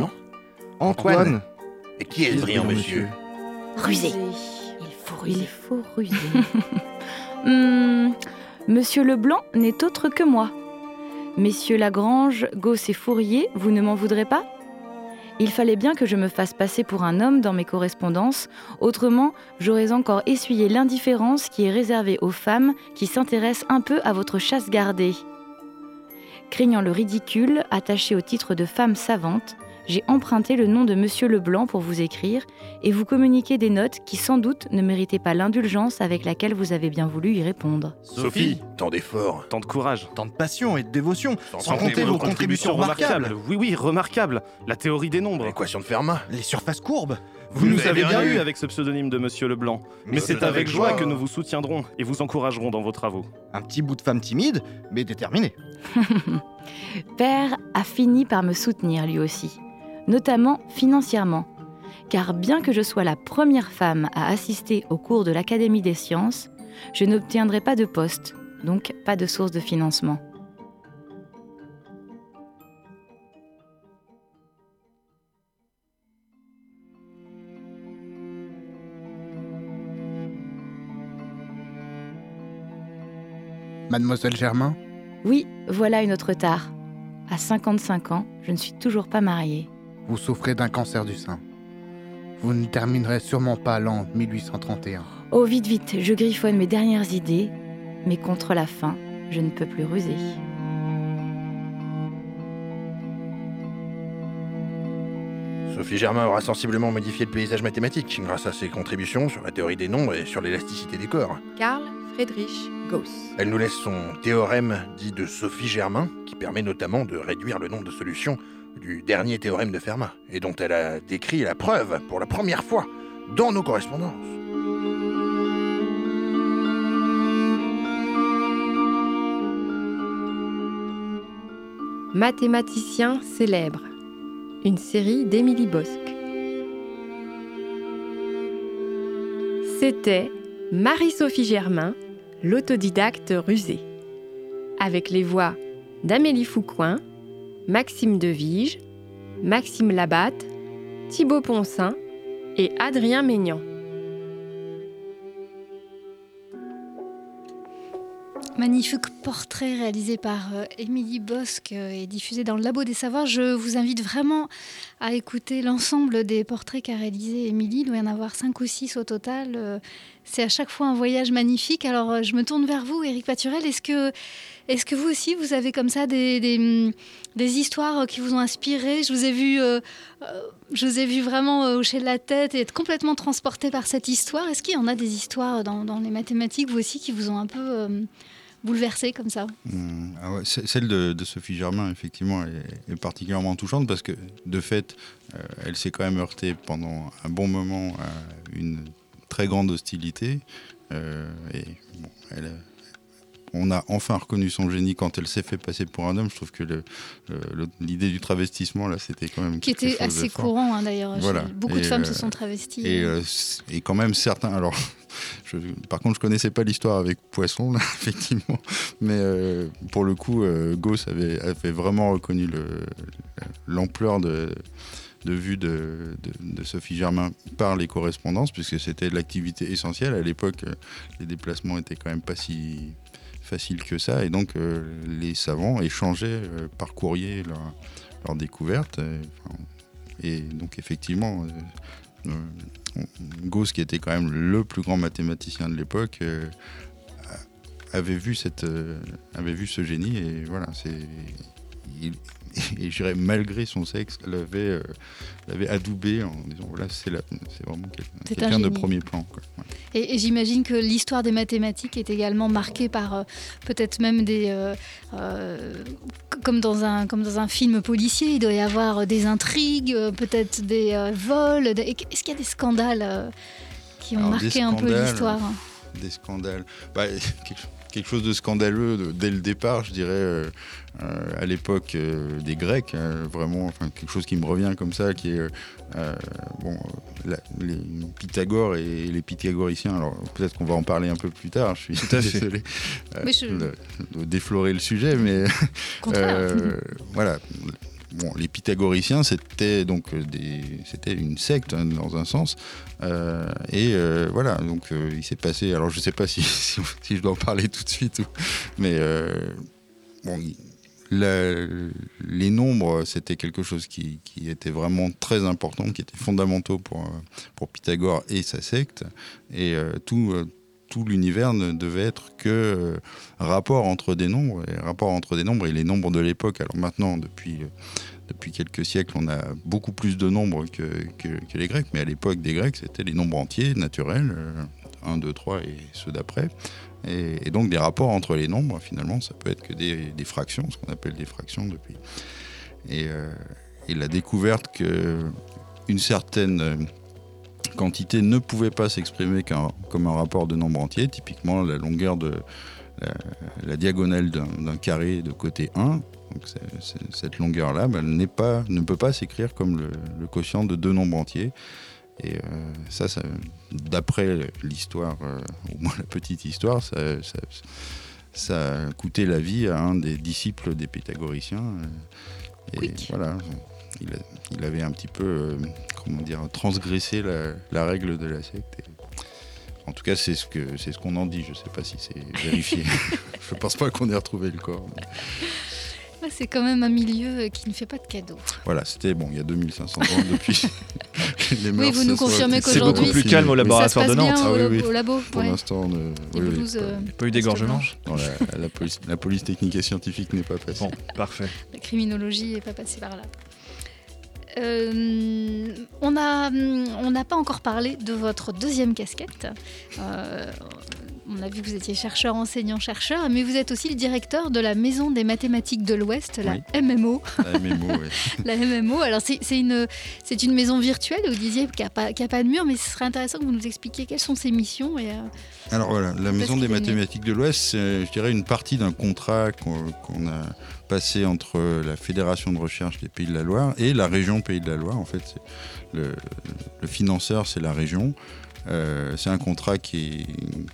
Antoine. Et qui est ce brillant monsieur ? Ruser. Il faut ruser. Monsieur Leblanc n'est autre que moi. Messieurs Lagrange, Gauss et Fourier, vous ne m'en voudrez pas ? Il fallait bien que je me fasse passer pour un homme dans mes correspondances, autrement j'aurais encore essuyé l'indifférence qui est réservée aux femmes qui s'intéressent un peu à votre chasse gardée. Craignant le ridicule, attaché au titre de femme savante, j'ai emprunté le nom de Monsieur Leblanc pour vous écrire et vous communiquer des notes qui sans doute ne méritaient pas l'indulgence avec laquelle vous avez bien voulu y répondre. Sophie, tant d'efforts, tant de courage, tant de passion et de dévotion, sans compter vos contributions remarquables. Oui, remarquables. La théorie des nombres. L'équation de Fermat. Les surfaces courbes. Vous nous avez bien eu avec ce pseudonyme de Monsieur Leblanc. Mais c'est avec joie que nous vous soutiendrons et vous encouragerons dans vos travaux. Un petit bout de femme timide, mais déterminée. Père a fini par me soutenir lui aussi, notamment financièrement. Car bien que je sois la première femme à assister aux cours de l'Académie des sciences, je n'obtiendrai pas de poste, donc pas de source de financement. Mademoiselle Germain ? Oui, voilà une autre tare. À 55 ans, je ne suis toujours pas mariée. Vous souffrez d'un cancer du sein. Vous ne terminerez sûrement pas l'an 1831. Oh, vite, vite, je griffonne mes dernières idées, mais contre la fin, je ne peux plus ruser. Sophie Germain aura sensiblement modifié le paysage mathématique grâce à ses contributions sur la théorie des nombres et sur l'élasticité des corps. Carl Friedrich Gauss. Elle nous laisse son théorème dit de Sophie Germain, qui permet notamment de réduire le nombre de solutions du dernier théorème de Fermat, et dont elle a décrit la preuve pour la première fois dans nos correspondances. Mathématicien célèbre. Une série d'Émilie Bosc. C'était Marie-Sophie Germain, l'autodidacte rusée. Avec les voix d'Amélie Foucoin, Maxime Devige, Maxime Labatte, Thibaut Poncin et Adrien Maignan. Magnifique portrait réalisé par Émilie Bosc et diffusé dans le Labo des Savoirs. Je vous invite vraiment à écouter l'ensemble des portraits qu'a réalisé Émilie. Il doit y en avoir 5 ou 6 au total. C'est à chaque fois un voyage magnifique. Alors je me tourne vers vous, Éric Paturel. Est-ce que vous aussi, vous avez comme ça des histoires qui vous ont inspiré ? Je vous ai vu vraiment hocher de la tête et être complètement transporté par cette histoire. Est-ce qu'il y en a des histoires dans les mathématiques, vous aussi, qui vous ont un peu bouleversé comme ça ? Celle de Sophie Germain, effectivement, est particulièrement touchante parce que, de fait, elle s'est quand même heurtée pendant un bon moment à une très grande hostilité. On a enfin reconnu son génie quand elle s'est fait passer pour un homme. Je trouve que l'idée du travestissement, là, c'était quand même quelque chose de fort. Qui était assez courant, d'ailleurs. Voilà. Beaucoup de femmes se sont travesties. Et quand même certains... Alors, par contre, je ne connaissais pas l'histoire avec Poisson, là, effectivement. Mais pour le coup, Gauss avait vraiment reconnu l'ampleur de vue de Sophie Germain par les correspondances, puisque c'était l'activité essentielle. À l'époque, les déplacements n'étaient quand même pas si facile que ça, et donc les savants échangeaient par courrier leurs découvertes, et donc effectivement Gauss, qui était quand même le plus grand mathématicien de l'époque, avait vu ce génie, et voilà, et je dirais, malgré son sexe, l'avait adoubé en disant voilà, c'est vraiment quelqu'un de premier plan, quoi. Ouais. Et j'imagine que l'histoire des mathématiques est également marquée par peut-être même comme dans un film policier, il doit y avoir des intrigues, peut-être des vols. Est-ce qu'il y a des scandales qui ont marqué un peu l'histoire ? Des scandales. Quelque chose de scandaleux dès le départ, je dirais, à l'époque des Grecs, vraiment, quelque chose qui me revient comme ça, qui est les Pythagore et les pythagoriciens. Alors peut-être qu'on va en parler un peu plus tard, je suis désolé de déflorer le sujet, mais voilà. Bon, les pythagoriciens, c'était donc c'était une secte, hein, dans un sens, voilà. Donc il s'est passé. Alors je sais pas si je dois en parler tout de suite, mais les nombres, c'était quelque chose qui était vraiment très important, qui était fondamentaux pour Pythagore et sa secte, et tout l'univers ne devait être que rapport entre des nombres, et les nombres de l'époque. Alors maintenant, depuis quelques siècles, on a beaucoup plus de nombres que les Grecs, mais à l'époque des Grecs, c'était les nombres entiers, naturels, 1, 2, 3 et ceux d'après. Et donc des rapports entre les nombres, finalement, ça peut être que des fractions, ce qu'on appelle des fractions depuis. Et la découverte qu'une certaine quantité ne pouvait pas s'exprimer comme un rapport de nombre entier, typiquement la longueur la diagonale d'un carré de côté 1, donc cette longueur-là, ne peut pas s'écrire comme le quotient de deux nombres entiers. Et ça, d'après l'histoire, au moins la petite histoire, ça a coûté la vie à un des disciples des pythagoriciens. Et voilà, il avait un petit peu, transgressé la règle de la secte. En tout cas, c'est ce qu'on en dit. Je ne sais pas si c'est vérifié. Je ne pense pas qu'on ait retrouvé le corps. C'est quand même un milieu qui ne fait pas de cadeaux. Voilà, c'était il y a 2500 ans depuis les Oui, vous nous confirmez C'est qu'aujourd'hui, beaucoup plus calme au laboratoire de Nantes. Au labo. Pour l'instant, Les blouses, Il n'y a pas eu d'égorgement. non, la police technique et scientifique n'est pas passée. Bon, parfait. La criminologie n'est pas passée par là. On n'a pas encore parlé de votre deuxième casquette. On a vu que vous étiez chercheur, enseignant-chercheur, mais vous êtes aussi le directeur de la Maison des mathématiques de l'Ouest, la MMO. La MMO, oui. La MMO, alors c'est une maison virtuelle, vous disiez, qui n'a pas de mur, mais ce serait intéressant que vous nous expliquiez quelles sont ses missions. Alors voilà, la Maison des mathématiques de l'Ouest, c'est, je dirais, une partie d'un contrat qu'on a passé entre la Fédération de recherche des Pays de la Loire et la région Pays de la Loire. En fait, le financeur, c'est la région. C'est un contrat qui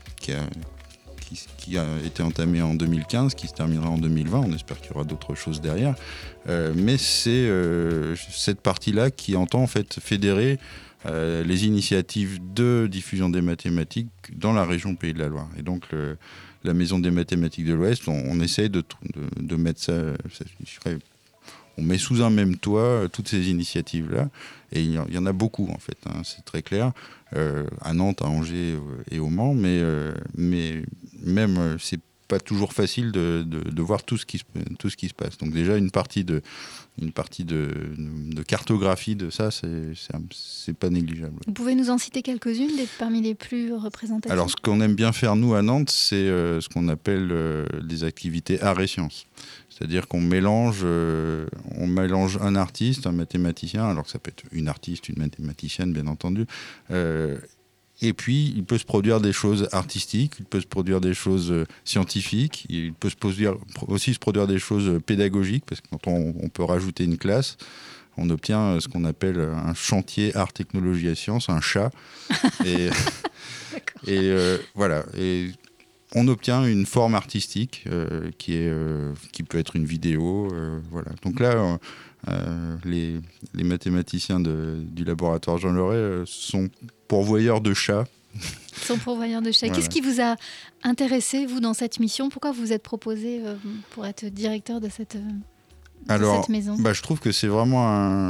a été entamé en 2015, qui se terminera en 2020. On espère qu'il y aura d'autres choses derrière. Mais c'est cette partie-là qui entend en fait fédérer les initiatives de diffusion des mathématiques dans la région Pays de la Loire. Et donc la Maison des mathématiques de l'Ouest, on essaye de mettre ça, on met sous un même toit toutes ces initiatives-là. Et il y en a beaucoup, en fait, hein, c'est très clair. À Nantes, à Angers et au Mans, mais même, c'est pas toujours facile de voir tout ce qui se passe. Donc déjà, une partie de cartographie de ça, c'est pas négligeable. Vous pouvez nous en citer quelques-unes parmi les plus représentatives? Alors, ce qu'on aime bien faire, nous, à Nantes, c'est ce qu'on appelle des activités arts et sciences. C'est-à-dire qu'on mélange un artiste, un mathématicien, alors que ça peut être une artiste, une mathématicienne, bien entendu, et puis il peut se produire des choses artistiques, il peut se produire des choses scientifiques, il peut aussi se produire des choses pédagogiques, parce que quand on peut rajouter une classe, on obtient ce qu'on appelle un chantier art, technologie et sciences, un chat. Et voilà. Et on obtient une forme artistique qui peut être une vidéo. Voilà. Donc là, les mathématiciens du laboratoire Jean Leray sont pourvoyeurs de chats. Ils sont pourvoyeurs de chats. Voilà. Qu'est-ce qui vous a intéressé, vous, dans cette mission? Pourquoi vous vous êtes proposé pour être directeur de cette maison? Je trouve que c'est vraiment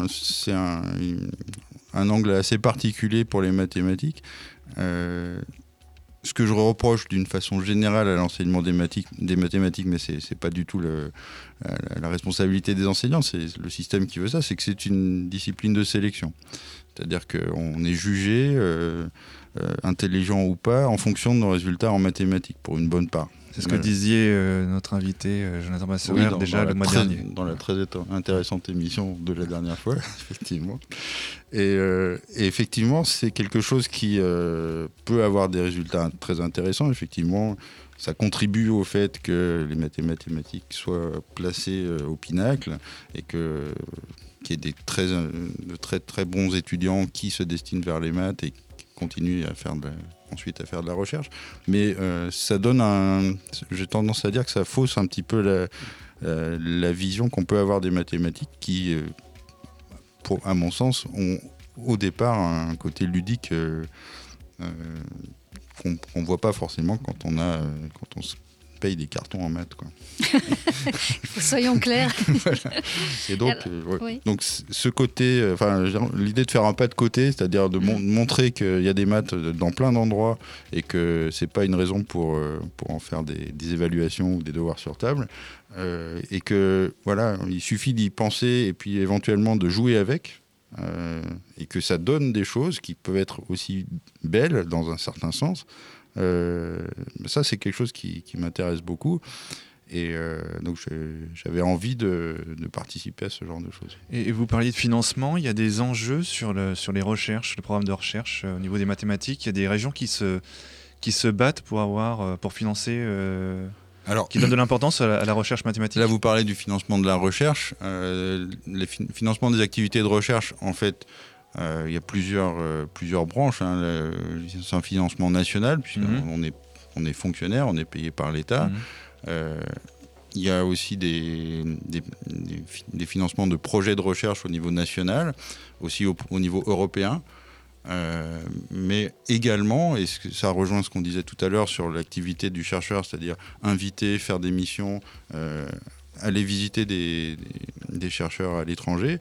un angle assez particulier pour les mathématiques. Ce que je reproche d'une façon générale à l'enseignement des mathématiques, mais c'est pas du tout la responsabilité des enseignants, c'est le système qui veut ça, c'est que c'est une discipline de sélection. C'est-à-dire qu'on est jugé, intelligent ou pas, en fonction de nos résultats en mathématiques, pour une bonne part. C'est ce que disait notre invité Jonathan Masserer déjà le mois dernier. Dans la très intéressante émission de la dernière fois, effectivement. Et effectivement, c'est quelque chose qui peut avoir des résultats très intéressants. Effectivement, ça contribue au fait que les mathématiques soient placées au pinacle et qu'il y ait de très très bons étudiants qui se destinent vers les maths et qui continuent ensuite à faire de la recherche. Mais ça donne j'ai tendance à dire que ça fausse un petit peu la vision qu'on peut avoir des mathématiques qui, à mon sens, ont au départ un côté ludique qu'on ne voit pas forcément quand on se paye des cartons en maths, quoi. Soyons clairs. Voilà. Et donc, oui. Donc ce côté, l'idée de faire un pas de côté, c'est-à-dire de montrer qu'il y a des maths dans plein d'endroits et que c'est pas une raison pour en faire des évaluations ou des devoirs sur table, et que voilà, il suffit d'y penser et puis éventuellement de jouer avec. Et que ça donne des choses qui peuvent être aussi belles dans un certain sens. Ça, c'est quelque chose qui m'intéresse beaucoup. Et donc, j'avais envie de participer à ce genre de choses. Et vous parliez de financement. Il y a des enjeux sur les recherches, le programme de recherche au niveau des mathématiques. Il y a des régions qui se battent pour financer... qui donne de l'importance à la recherche mathématique. Là, vous parlez du financement de la recherche. Le financement des activités de recherche, en fait, il y a plusieurs branches. Hein. C'est un financement national, puisqu'on est fonctionnaire, on est payé par l'État. Il y a aussi des financements de projets de recherche au niveau national, aussi au niveau européen. Mais également, et ça rejoint ce qu'on disait tout à l'heure sur l'activité du chercheur, c'est-à-dire inviter, faire des missions, aller visiter des chercheurs à l'étranger,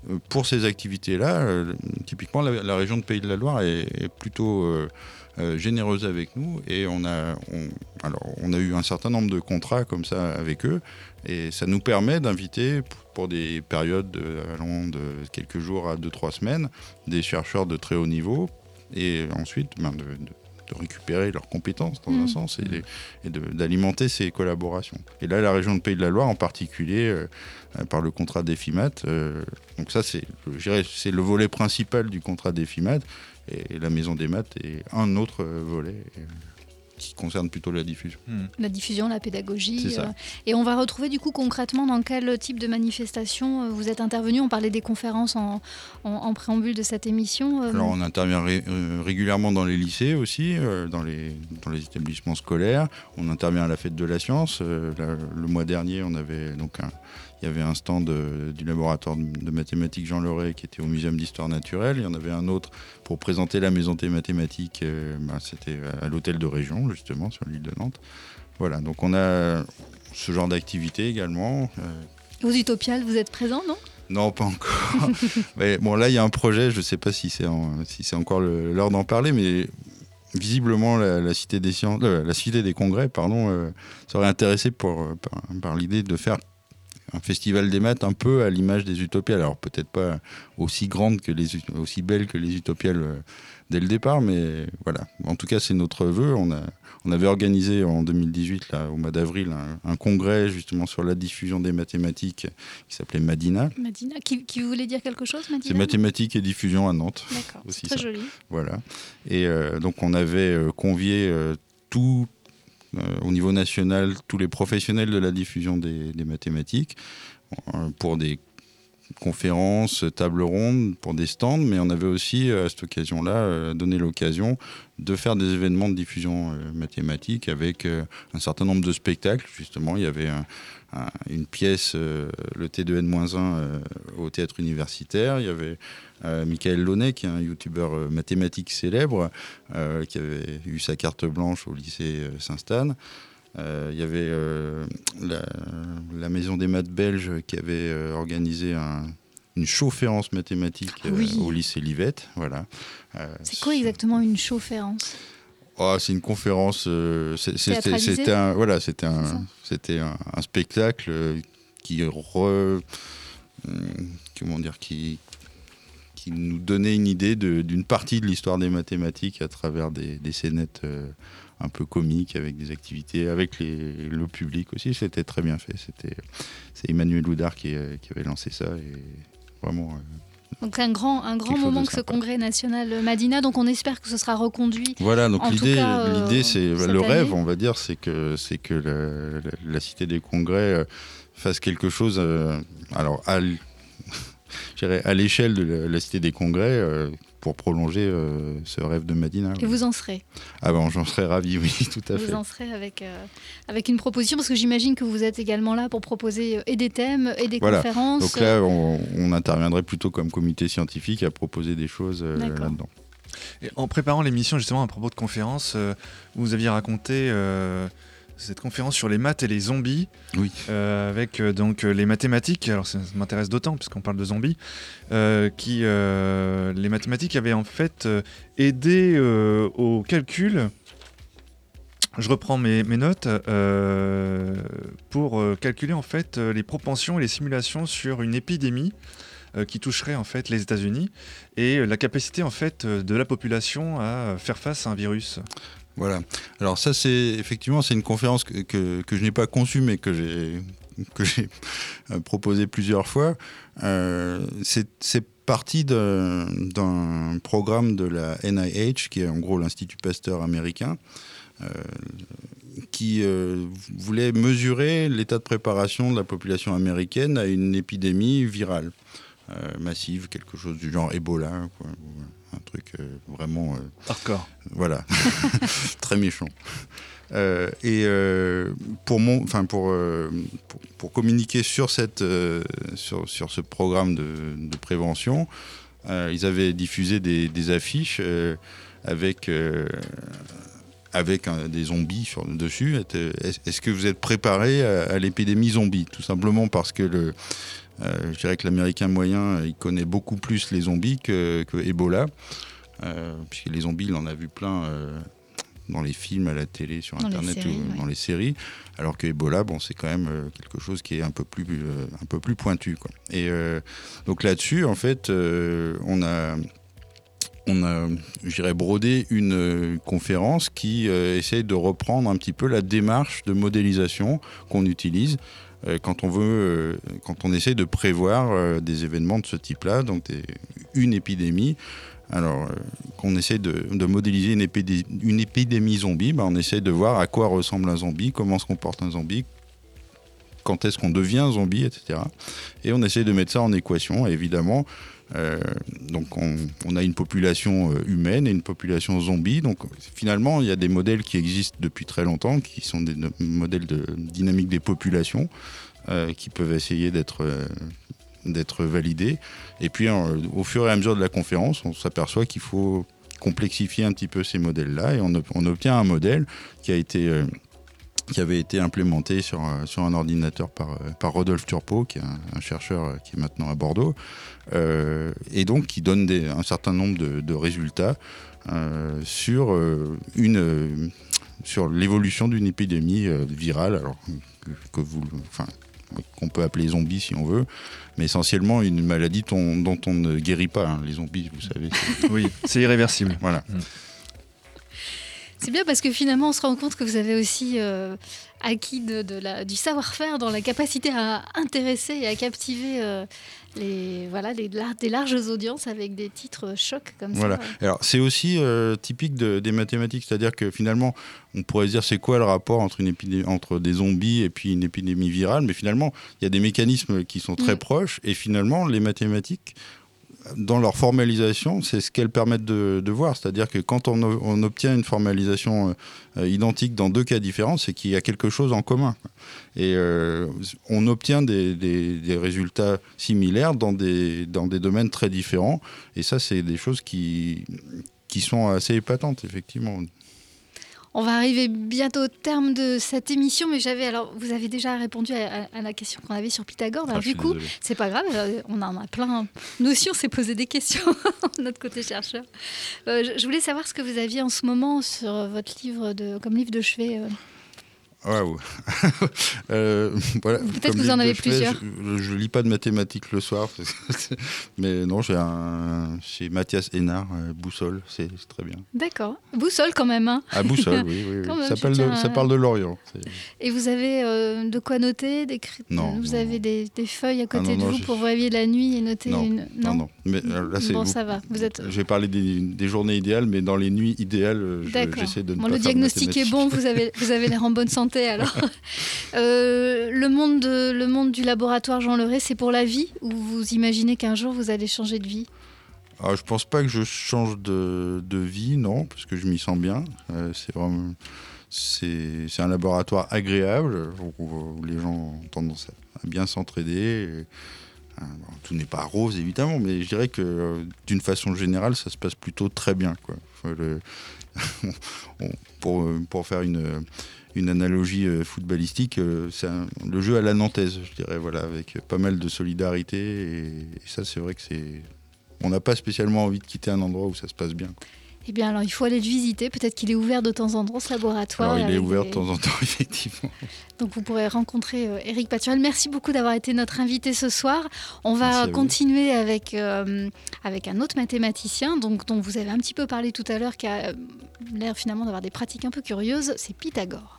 pour ces activités-là, typiquement, la région de Pays de la Loire est plutôt généreuse avec nous, et on a eu un certain nombre de contrats comme ça avec eux, et ça nous permet d'inviter pour des périodes allant de quelques jours à 2-3 semaines des chercheurs de très haut niveau, et ensuite de récupérer leurs compétences dans un sens et d'alimenter ces collaborations. Et là, la région de Pays de la Loire en particulier, par le contrat d'EFIMAT, donc ça c'est le volet principal du contrat d'EFIMAT, et la Maison des Maths est un autre volet qui concerne plutôt la diffusion. La diffusion, la pédagogie. C'est ça. Et on va retrouver du coup concrètement dans quel type de manifestation vous êtes intervenu. On parlait des conférences en préambule de cette émission. Alors on intervient régulièrement dans les lycées aussi, dans les établissements scolaires. On intervient à la Fête de la Science. Le mois dernier, on avait il y avait un stand du laboratoire de mathématiques Jean Leray qui était au Muséum d'Histoire Naturelle. Il y en avait un autre pour présenter la maison des mathématiques. C'était à l'hôtel de région, justement, sur l'île de Nantes. Voilà, donc on a ce genre d'activité également. Aux Utopiales, vous êtes présent, non ? Non, pas encore. Mais bon, là, il y a un projet, je ne sais pas si c'est encore l'heure d'en parler, mais visiblement, la Cité des Sciences, la Cité des Congrès, serait intéressée par l'idée de faire un festival des maths un peu à l'image des Utopiales. Alors peut-être pas aussi grande aussi belle que les Utopiales dès le départ, mais voilà. En tout cas, c'est notre vœu. On avait organisé en 2018, là, au mois d'avril, un congrès justement sur la diffusion des mathématiques qui s'appelait Madina. Madina, qui voulait dire quelque chose, Madina ? C'est mathématiques et diffusion à Nantes. D'accord, aussi, c'est très joli. Voilà. Et donc on avait convié au niveau national, tous les professionnels de la diffusion des mathématiques pour des conférences, tables rondes, pour des stands, mais on avait aussi, à cette occasion-là, donné l'occasion de faire des événements de diffusion mathématique avec un certain nombre de spectacles. Justement, il y avait une pièce, le T2N-1 au théâtre universitaire. Il y avait Michael Launay, qui est un youtubeur mathématique célèbre, qui avait eu sa carte blanche au lycée Saint-Stan. Il y avait la Maison des Maths belge qui avait organisé une chaufférence mathématique au lycée Livette. Voilà. C'est quoi exactement une chaufférence ? C'est une conférence. C'était un spectacle qui nous donnait une idée d'une partie de l'histoire des mathématiques à travers des scénettes un peu comiques, avec des activités, avec le public aussi. C'était très bien fait. C'est Emmanuel Houdard qui avait lancé ça, et vraiment... Donc un grand moment que ce congrès national Madina, donc on espère que ce sera reconduit. Voilà, donc l'idée c'est le rêve, année. On va dire, c'est que la Cité des Congrès fasse quelque chose, alors à l'échelle de la Cité des Congrès, pour prolonger ce rêve de Madina. Et vous en serez ? J'en serais ravi, oui, tout à fait. Vous en serez avec une proposition, parce que j'imagine que vous êtes également là pour proposer et des thèmes et des conférences. Donc là, on interviendrait plutôt comme comité scientifique à proposer des choses là-dedans. Et en préparant l'émission, justement, à propos de conférences, vous aviez raconté cette conférence sur les maths et les zombies, oui. Avec donc les mathématiques. Alors ça m'intéresse d'autant puisqu'on parle de zombies, les mathématiques avaient en fait aidé au calcul. Je reprends mes notes pour calculer en fait les propensions et les simulations sur une épidémie qui toucherait en fait les États-Unis et la capacité en fait de la population à faire face à un virus. Voilà. Alors ça, c'est une conférence que je n'ai pas conçue, mais que j'ai proposée plusieurs fois. C'est parti d'un programme de la NIH, qui est en gros l'Institut Pasteur américain, qui voulait mesurer l'état de préparation de la population américaine à une épidémie virale massive, quelque chose du genre Ebola, quoi. Un truc vraiment... hardcore. Voilà. Très méchant. Pour communiquer sur ce programme de prévention, ils avaient diffusé des affiches avec avec des zombies dessus. Est-ce que vous êtes préparé à l'épidémie zombie ? Tout simplement parce que je dirais que l'Américain moyen, il connaît beaucoup plus les zombies que Ebola. Puisque les zombies, il en a vu plein dans les films, à la télé, sur Internet ou dans les séries. Alors que Ebola, c'est quand même quelque chose qui est un peu plus pointu, quoi. Et donc là-dessus, en fait, on a, je dirais, brodé une conférence qui essaye de reprendre un petit peu la démarche de modélisation qu'on utilise quand on essaie de prévoir des événements de ce type-là, donc une épidémie. Alors, qu'on essaie de modéliser une épidémie zombie, on essaie de voir à quoi ressemble un zombie, comment se comporte un zombie, quand est-ce qu'on devient un zombie, etc. Et on essaie de mettre ça en équation, et évidemment. Donc on a une population humaine et une population zombie. Donc finalement, il y a des modèles qui existent depuis très longtemps, qui sont des modèles de dynamique des populations, qui peuvent essayer d'être validés. Et puis au fur et à mesure de la conférence, on s'aperçoit qu'il faut complexifier un petit peu ces modèles-là, et on obtient un modèle qui avait été implémenté sur un ordinateur par Rodolphe Turpot, qui est un chercheur qui est maintenant à Bordeaux, et donc qui donne un certain nombre de résultats sur l'évolution d'une épidémie virale, alors qu'on peut appeler zombie si on veut, mais essentiellement une maladie dont on ne guérit pas. Les zombies, vous savez. Oui, c'est irréversible. Voilà. C'est bien parce que finalement, on se rend compte que vous avez aussi acquis du savoir-faire dans la capacité à intéresser et à captiver des larges audiences avec des titres chocs comme ça. Alors, c'est aussi typique des mathématiques, c'est-à-dire que finalement, on pourrait se dire c'est quoi le rapport entre des zombies et puis une épidémie virale, mais finalement, il y a des mécanismes qui sont très proches, et finalement, les mathématiques, dans leur formalisation, c'est ce qu'elles permettent de voir. C'est-à-dire que quand on obtient une formalisation identique dans deux cas différents, c'est qu'il y a quelque chose en commun. Et on obtient des résultats similaires dans des domaines très différents. Et ça, c'est des choses qui sont assez épatantes, effectivement. On va arriver bientôt au terme de cette émission, mais vous avez déjà répondu à la question qu'on avait sur Pythagore. Alors, du coup, c'est pas grave, on en a plein. Nous aussi, on s'est posé des questions de notre côté chercheur. Je voulais savoir ce que vous aviez en ce moment sur votre livre comme livre de chevet. Waouh. Voilà, peut-être que vous en avez plusieurs. Je lis pas de mathématiques le soir, mais non, chez Mathias Hénard, Boussole, c'est très bien. D'accord. Boussole quand même. Hein. Ah, Boussole, oui. Ça parle de l'Orient. Et vous avez de quoi noter Vous avez des feuilles à côté de vous pour voyager la nuit et noter Non. Mais, là, bon, ça va. J'ai parlé des journées idéales, mais dans les nuits idéales, j'essaie de ne pas faire de mathématiques. Le diagnostic est bon, vous avez l'air en bonne santé. Alors, le monde du laboratoire Jean Leray, c'est pour la vie, ou vous imaginez qu'un jour vous allez changer de vie ? Alors, je pense pas que je change de vie, non, parce que je m'y sens bien. C'est un laboratoire agréable où les gens ont tendance à bien s'entraider. Tout n'est pas rose, évidemment, mais je dirais que d'une façon générale, ça se passe plutôt très bien, quoi. Pour faire une analogie footballistique, c'est le jeu à la nantaise, je dirais, avec pas mal de solidarité, et ça, c'est vrai que on n'a pas spécialement envie de quitter un endroit où ça se passe bien, quoi. Eh bien, alors, il faut aller le visiter. Peut-être qu'il est ouvert de temps en temps, ce laboratoire. Alors, il est ouvert de temps en temps, effectivement. Donc, vous pourrez rencontrer Éric Paturel. Merci beaucoup d'avoir été notre invité ce soir. On va continuer avec un autre mathématicien, dont vous avez un petit peu parlé tout à l'heure, qui a l'air finalement d'avoir des pratiques un peu curieuses. C'est Pythagore.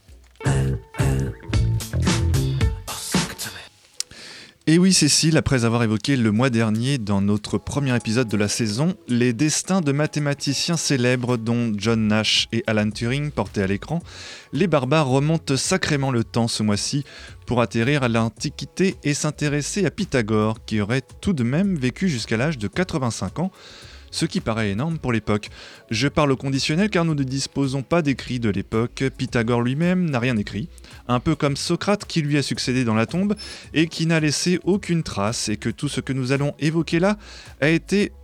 Et oui, Cécile, après avoir évoqué le mois dernier dans notre premier épisode de la saison les destins de mathématiciens célèbres dont John Nash et Alan Turing portés à l'écran, les barbares remontent sacrément le temps ce mois-ci pour atterrir à l'Antiquité et s'intéresser à Pythagore, qui aurait tout de même vécu jusqu'à l'âge de 85 ans, ce qui paraît énorme pour l'époque. Je parle au conditionnel car nous ne disposons pas d'écrits de l'époque. Pythagore lui-même n'a rien écrit, un peu comme Socrate qui lui a succédé dans la tombe et qui n'a laissé aucune trace, et que tout ce que nous allons évoquer là a été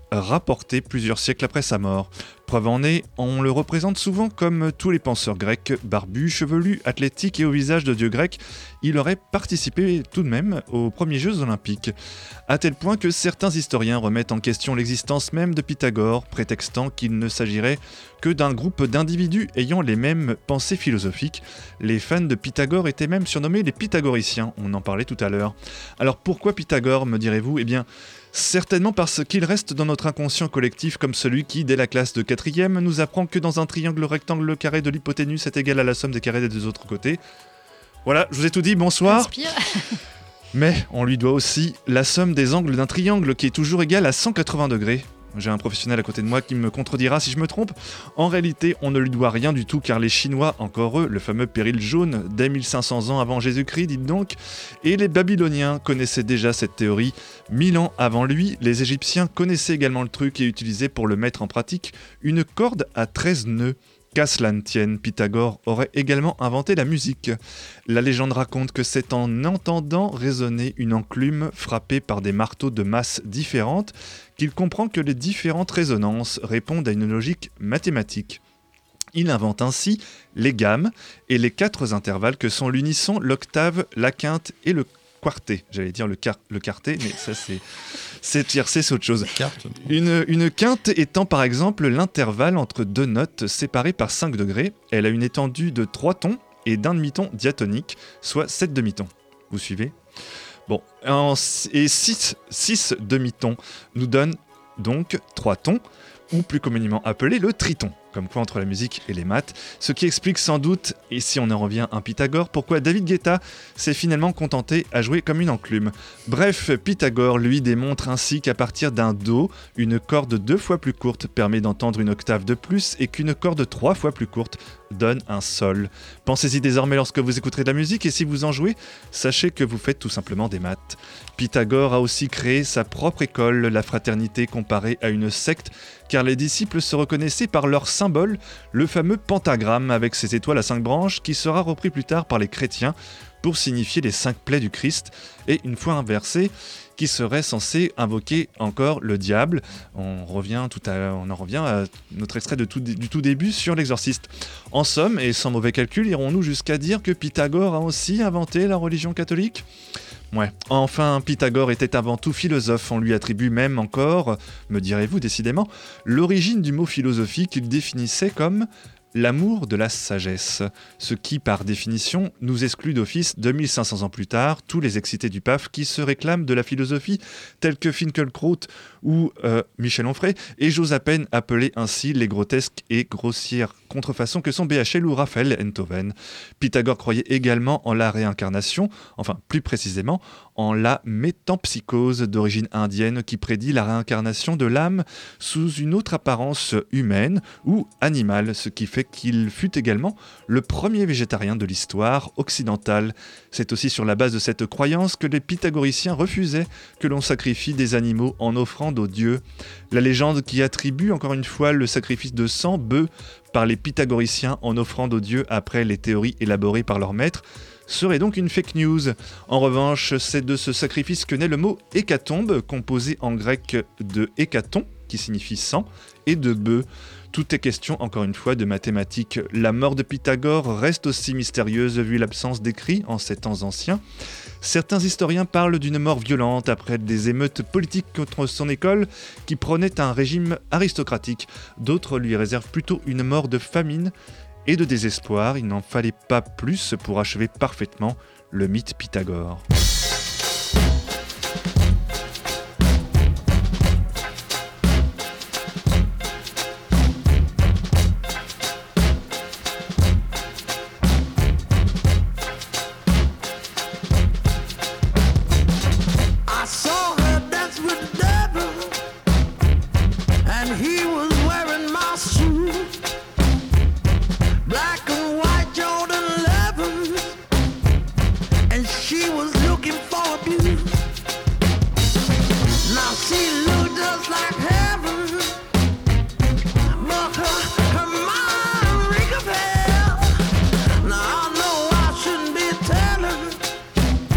rapporté plusieurs siècles après sa mort. Preuve en est, on le représente souvent comme tous les penseurs grecs, barbu, chevelu, athlétique et au visage de dieu grec. Il aurait participé tout de même aux premiers Jeux olympiques, à tel point que certains historiens remettent en question l'existence même de Pythagore, prétextant qu'il ne s'agirait que d'un groupe d'individus ayant les mêmes pensées philosophiques. Les fans de Pythagore étaient même surnommés les pythagoriciens, on en parlait tout à l'heure. Alors pourquoi Pythagore, me direz-vous ? Eh bien, certainement parce qu'il reste dans notre inconscient collectif comme celui qui, dès la classe de 4e, nous apprend que dans un triangle rectangle, le carré de l'hypoténuse est égal à la somme des carrés des deux autres côtés. Voilà, je vous ai tout dit, bonsoir. Inspire. Mais on lui doit aussi la somme des angles d'un triangle qui est toujours égale à 180 degrés. J'ai un professionnel à côté de moi qui me contredira si je me trompe. En réalité, on ne lui doit rien du tout car les Chinois, encore eux, le fameux péril jaune, dès 1500 ans avant Jésus-Christ, dites donc, et les Babyloniens connaissaient déjà cette théorie 1000 ans avant lui. Les Égyptiens connaissaient également le truc et utilisaient pour le mettre en pratique une corde à 13 nœuds. Qu'à cela ne tienne, Pythagore aurait également inventé la musique. La légende raconte que c'est en entendant résonner une enclume frappée par des marteaux de masses différentes qu'il comprend que les différentes résonances répondent à une logique mathématique. Il invente ainsi les gammes et les 4 intervalles que sont l'unisson, l'octave, la quinte et le quartet. J'allais dire le quartet, mais ça c'est tiercé, c'est autre chose. Une quinte étant par exemple l'intervalle entre 2 notes séparées par 5 degrés. Elle a une étendue de 3 tons et d'un demi-ton diatonique, soit 7 demi-tons. Vous suivez ? Bon, et 6 demi-tons nous donnent donc 3 tons, ou plus communément appelé le triton, comme quoi entre la musique et les maths, ce qui explique sans doute, et si on en revient à Pythagore, pourquoi David Guetta s'est finalement contenté à jouer comme une enclume. Bref, Pythagore, lui, démontre ainsi qu'à partir d'un Do, une corde 2 fois plus courte permet d'entendre une octave de plus et qu'une corde 3 fois plus courte donne un Sol. Pensez-y désormais lorsque vous écouterez de la musique et si vous en jouez, sachez que vous faites tout simplement des maths. Pythagore a aussi créé sa propre école, la fraternité comparée à une secte, car les disciples se reconnaissaient par leur symbole, le fameux pentagramme avec ses étoiles à 5 branches qui sera repris plus tard par les chrétiens pour signifier les 5 plaies du Christ, et une fois inversé, qui serait censé invoquer encore le diable. On en revient à notre extrait du tout début sur l'exorciste. En somme, et sans mauvais calcul, irons-nous jusqu'à dire que Pythagore a aussi inventé la religion catholique ? Ouais. Enfin, Pythagore était avant tout philosophe, on lui attribue même encore, me direz-vous décidément, l'origine du mot philosophie qu'il définissait comme l'amour de la sagesse, ce qui, par définition, nous exclut d'office 2500 ans plus tard tous les excités du PAF qui se réclament de la philosophie, tels que Finkielkraut ou Michel Onfray, et j'ose à peine appeler ainsi les grotesques et grossières contrefaçons que sont BHL ou Raphaël Enthoven. Pythagore croyait également en la réincarnation, enfin plus précisément en la métempsychose d'origine indienne qui prédit la réincarnation de l'âme sous une autre apparence humaine ou animale, ce qui fait qu'il fut également le premier végétarien de l'histoire occidentale. C'est aussi sur la base de cette croyance que les pythagoriciens refusaient que l'on sacrifie des animaux en offrande aux dieux. La légende qui attribue encore une fois le sacrifice de 100 bœufs par les pythagoriciens en offrande aux dieux après les théories élaborées par leur maître serait donc une fake news. En revanche, c'est de ce sacrifice que naît le mot hécatombe, composé en grec de hécaton, qui signifie 100, et de bœuf. Tout est question, encore une fois, de mathématiques. La mort de Pythagore reste aussi mystérieuse vu l'absence d'écrits en ces temps anciens. Certains historiens parlent d'une mort violente après des émeutes politiques contre son école qui prônait un régime aristocratique. D'autres lui réservent plutôt une mort de famine et de désespoir. Il n'en fallait pas plus pour achever parfaitement le mythe Pythagore.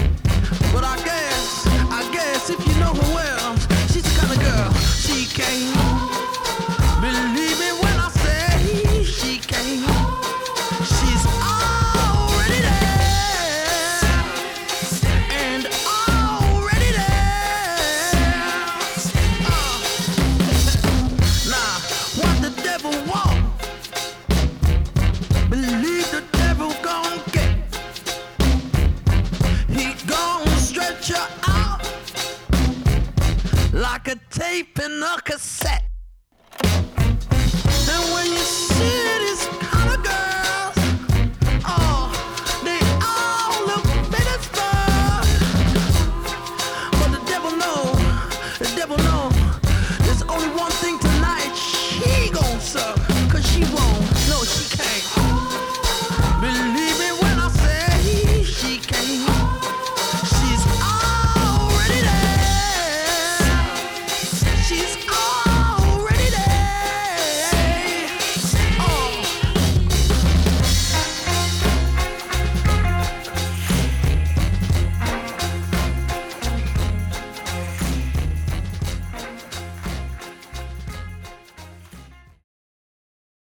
Came tape and a cassette. And when you see these kind of girls, oh, they all look Pittsburgh. But the devil know, there's only one thing tonight she gon' suck, 'cause she won't.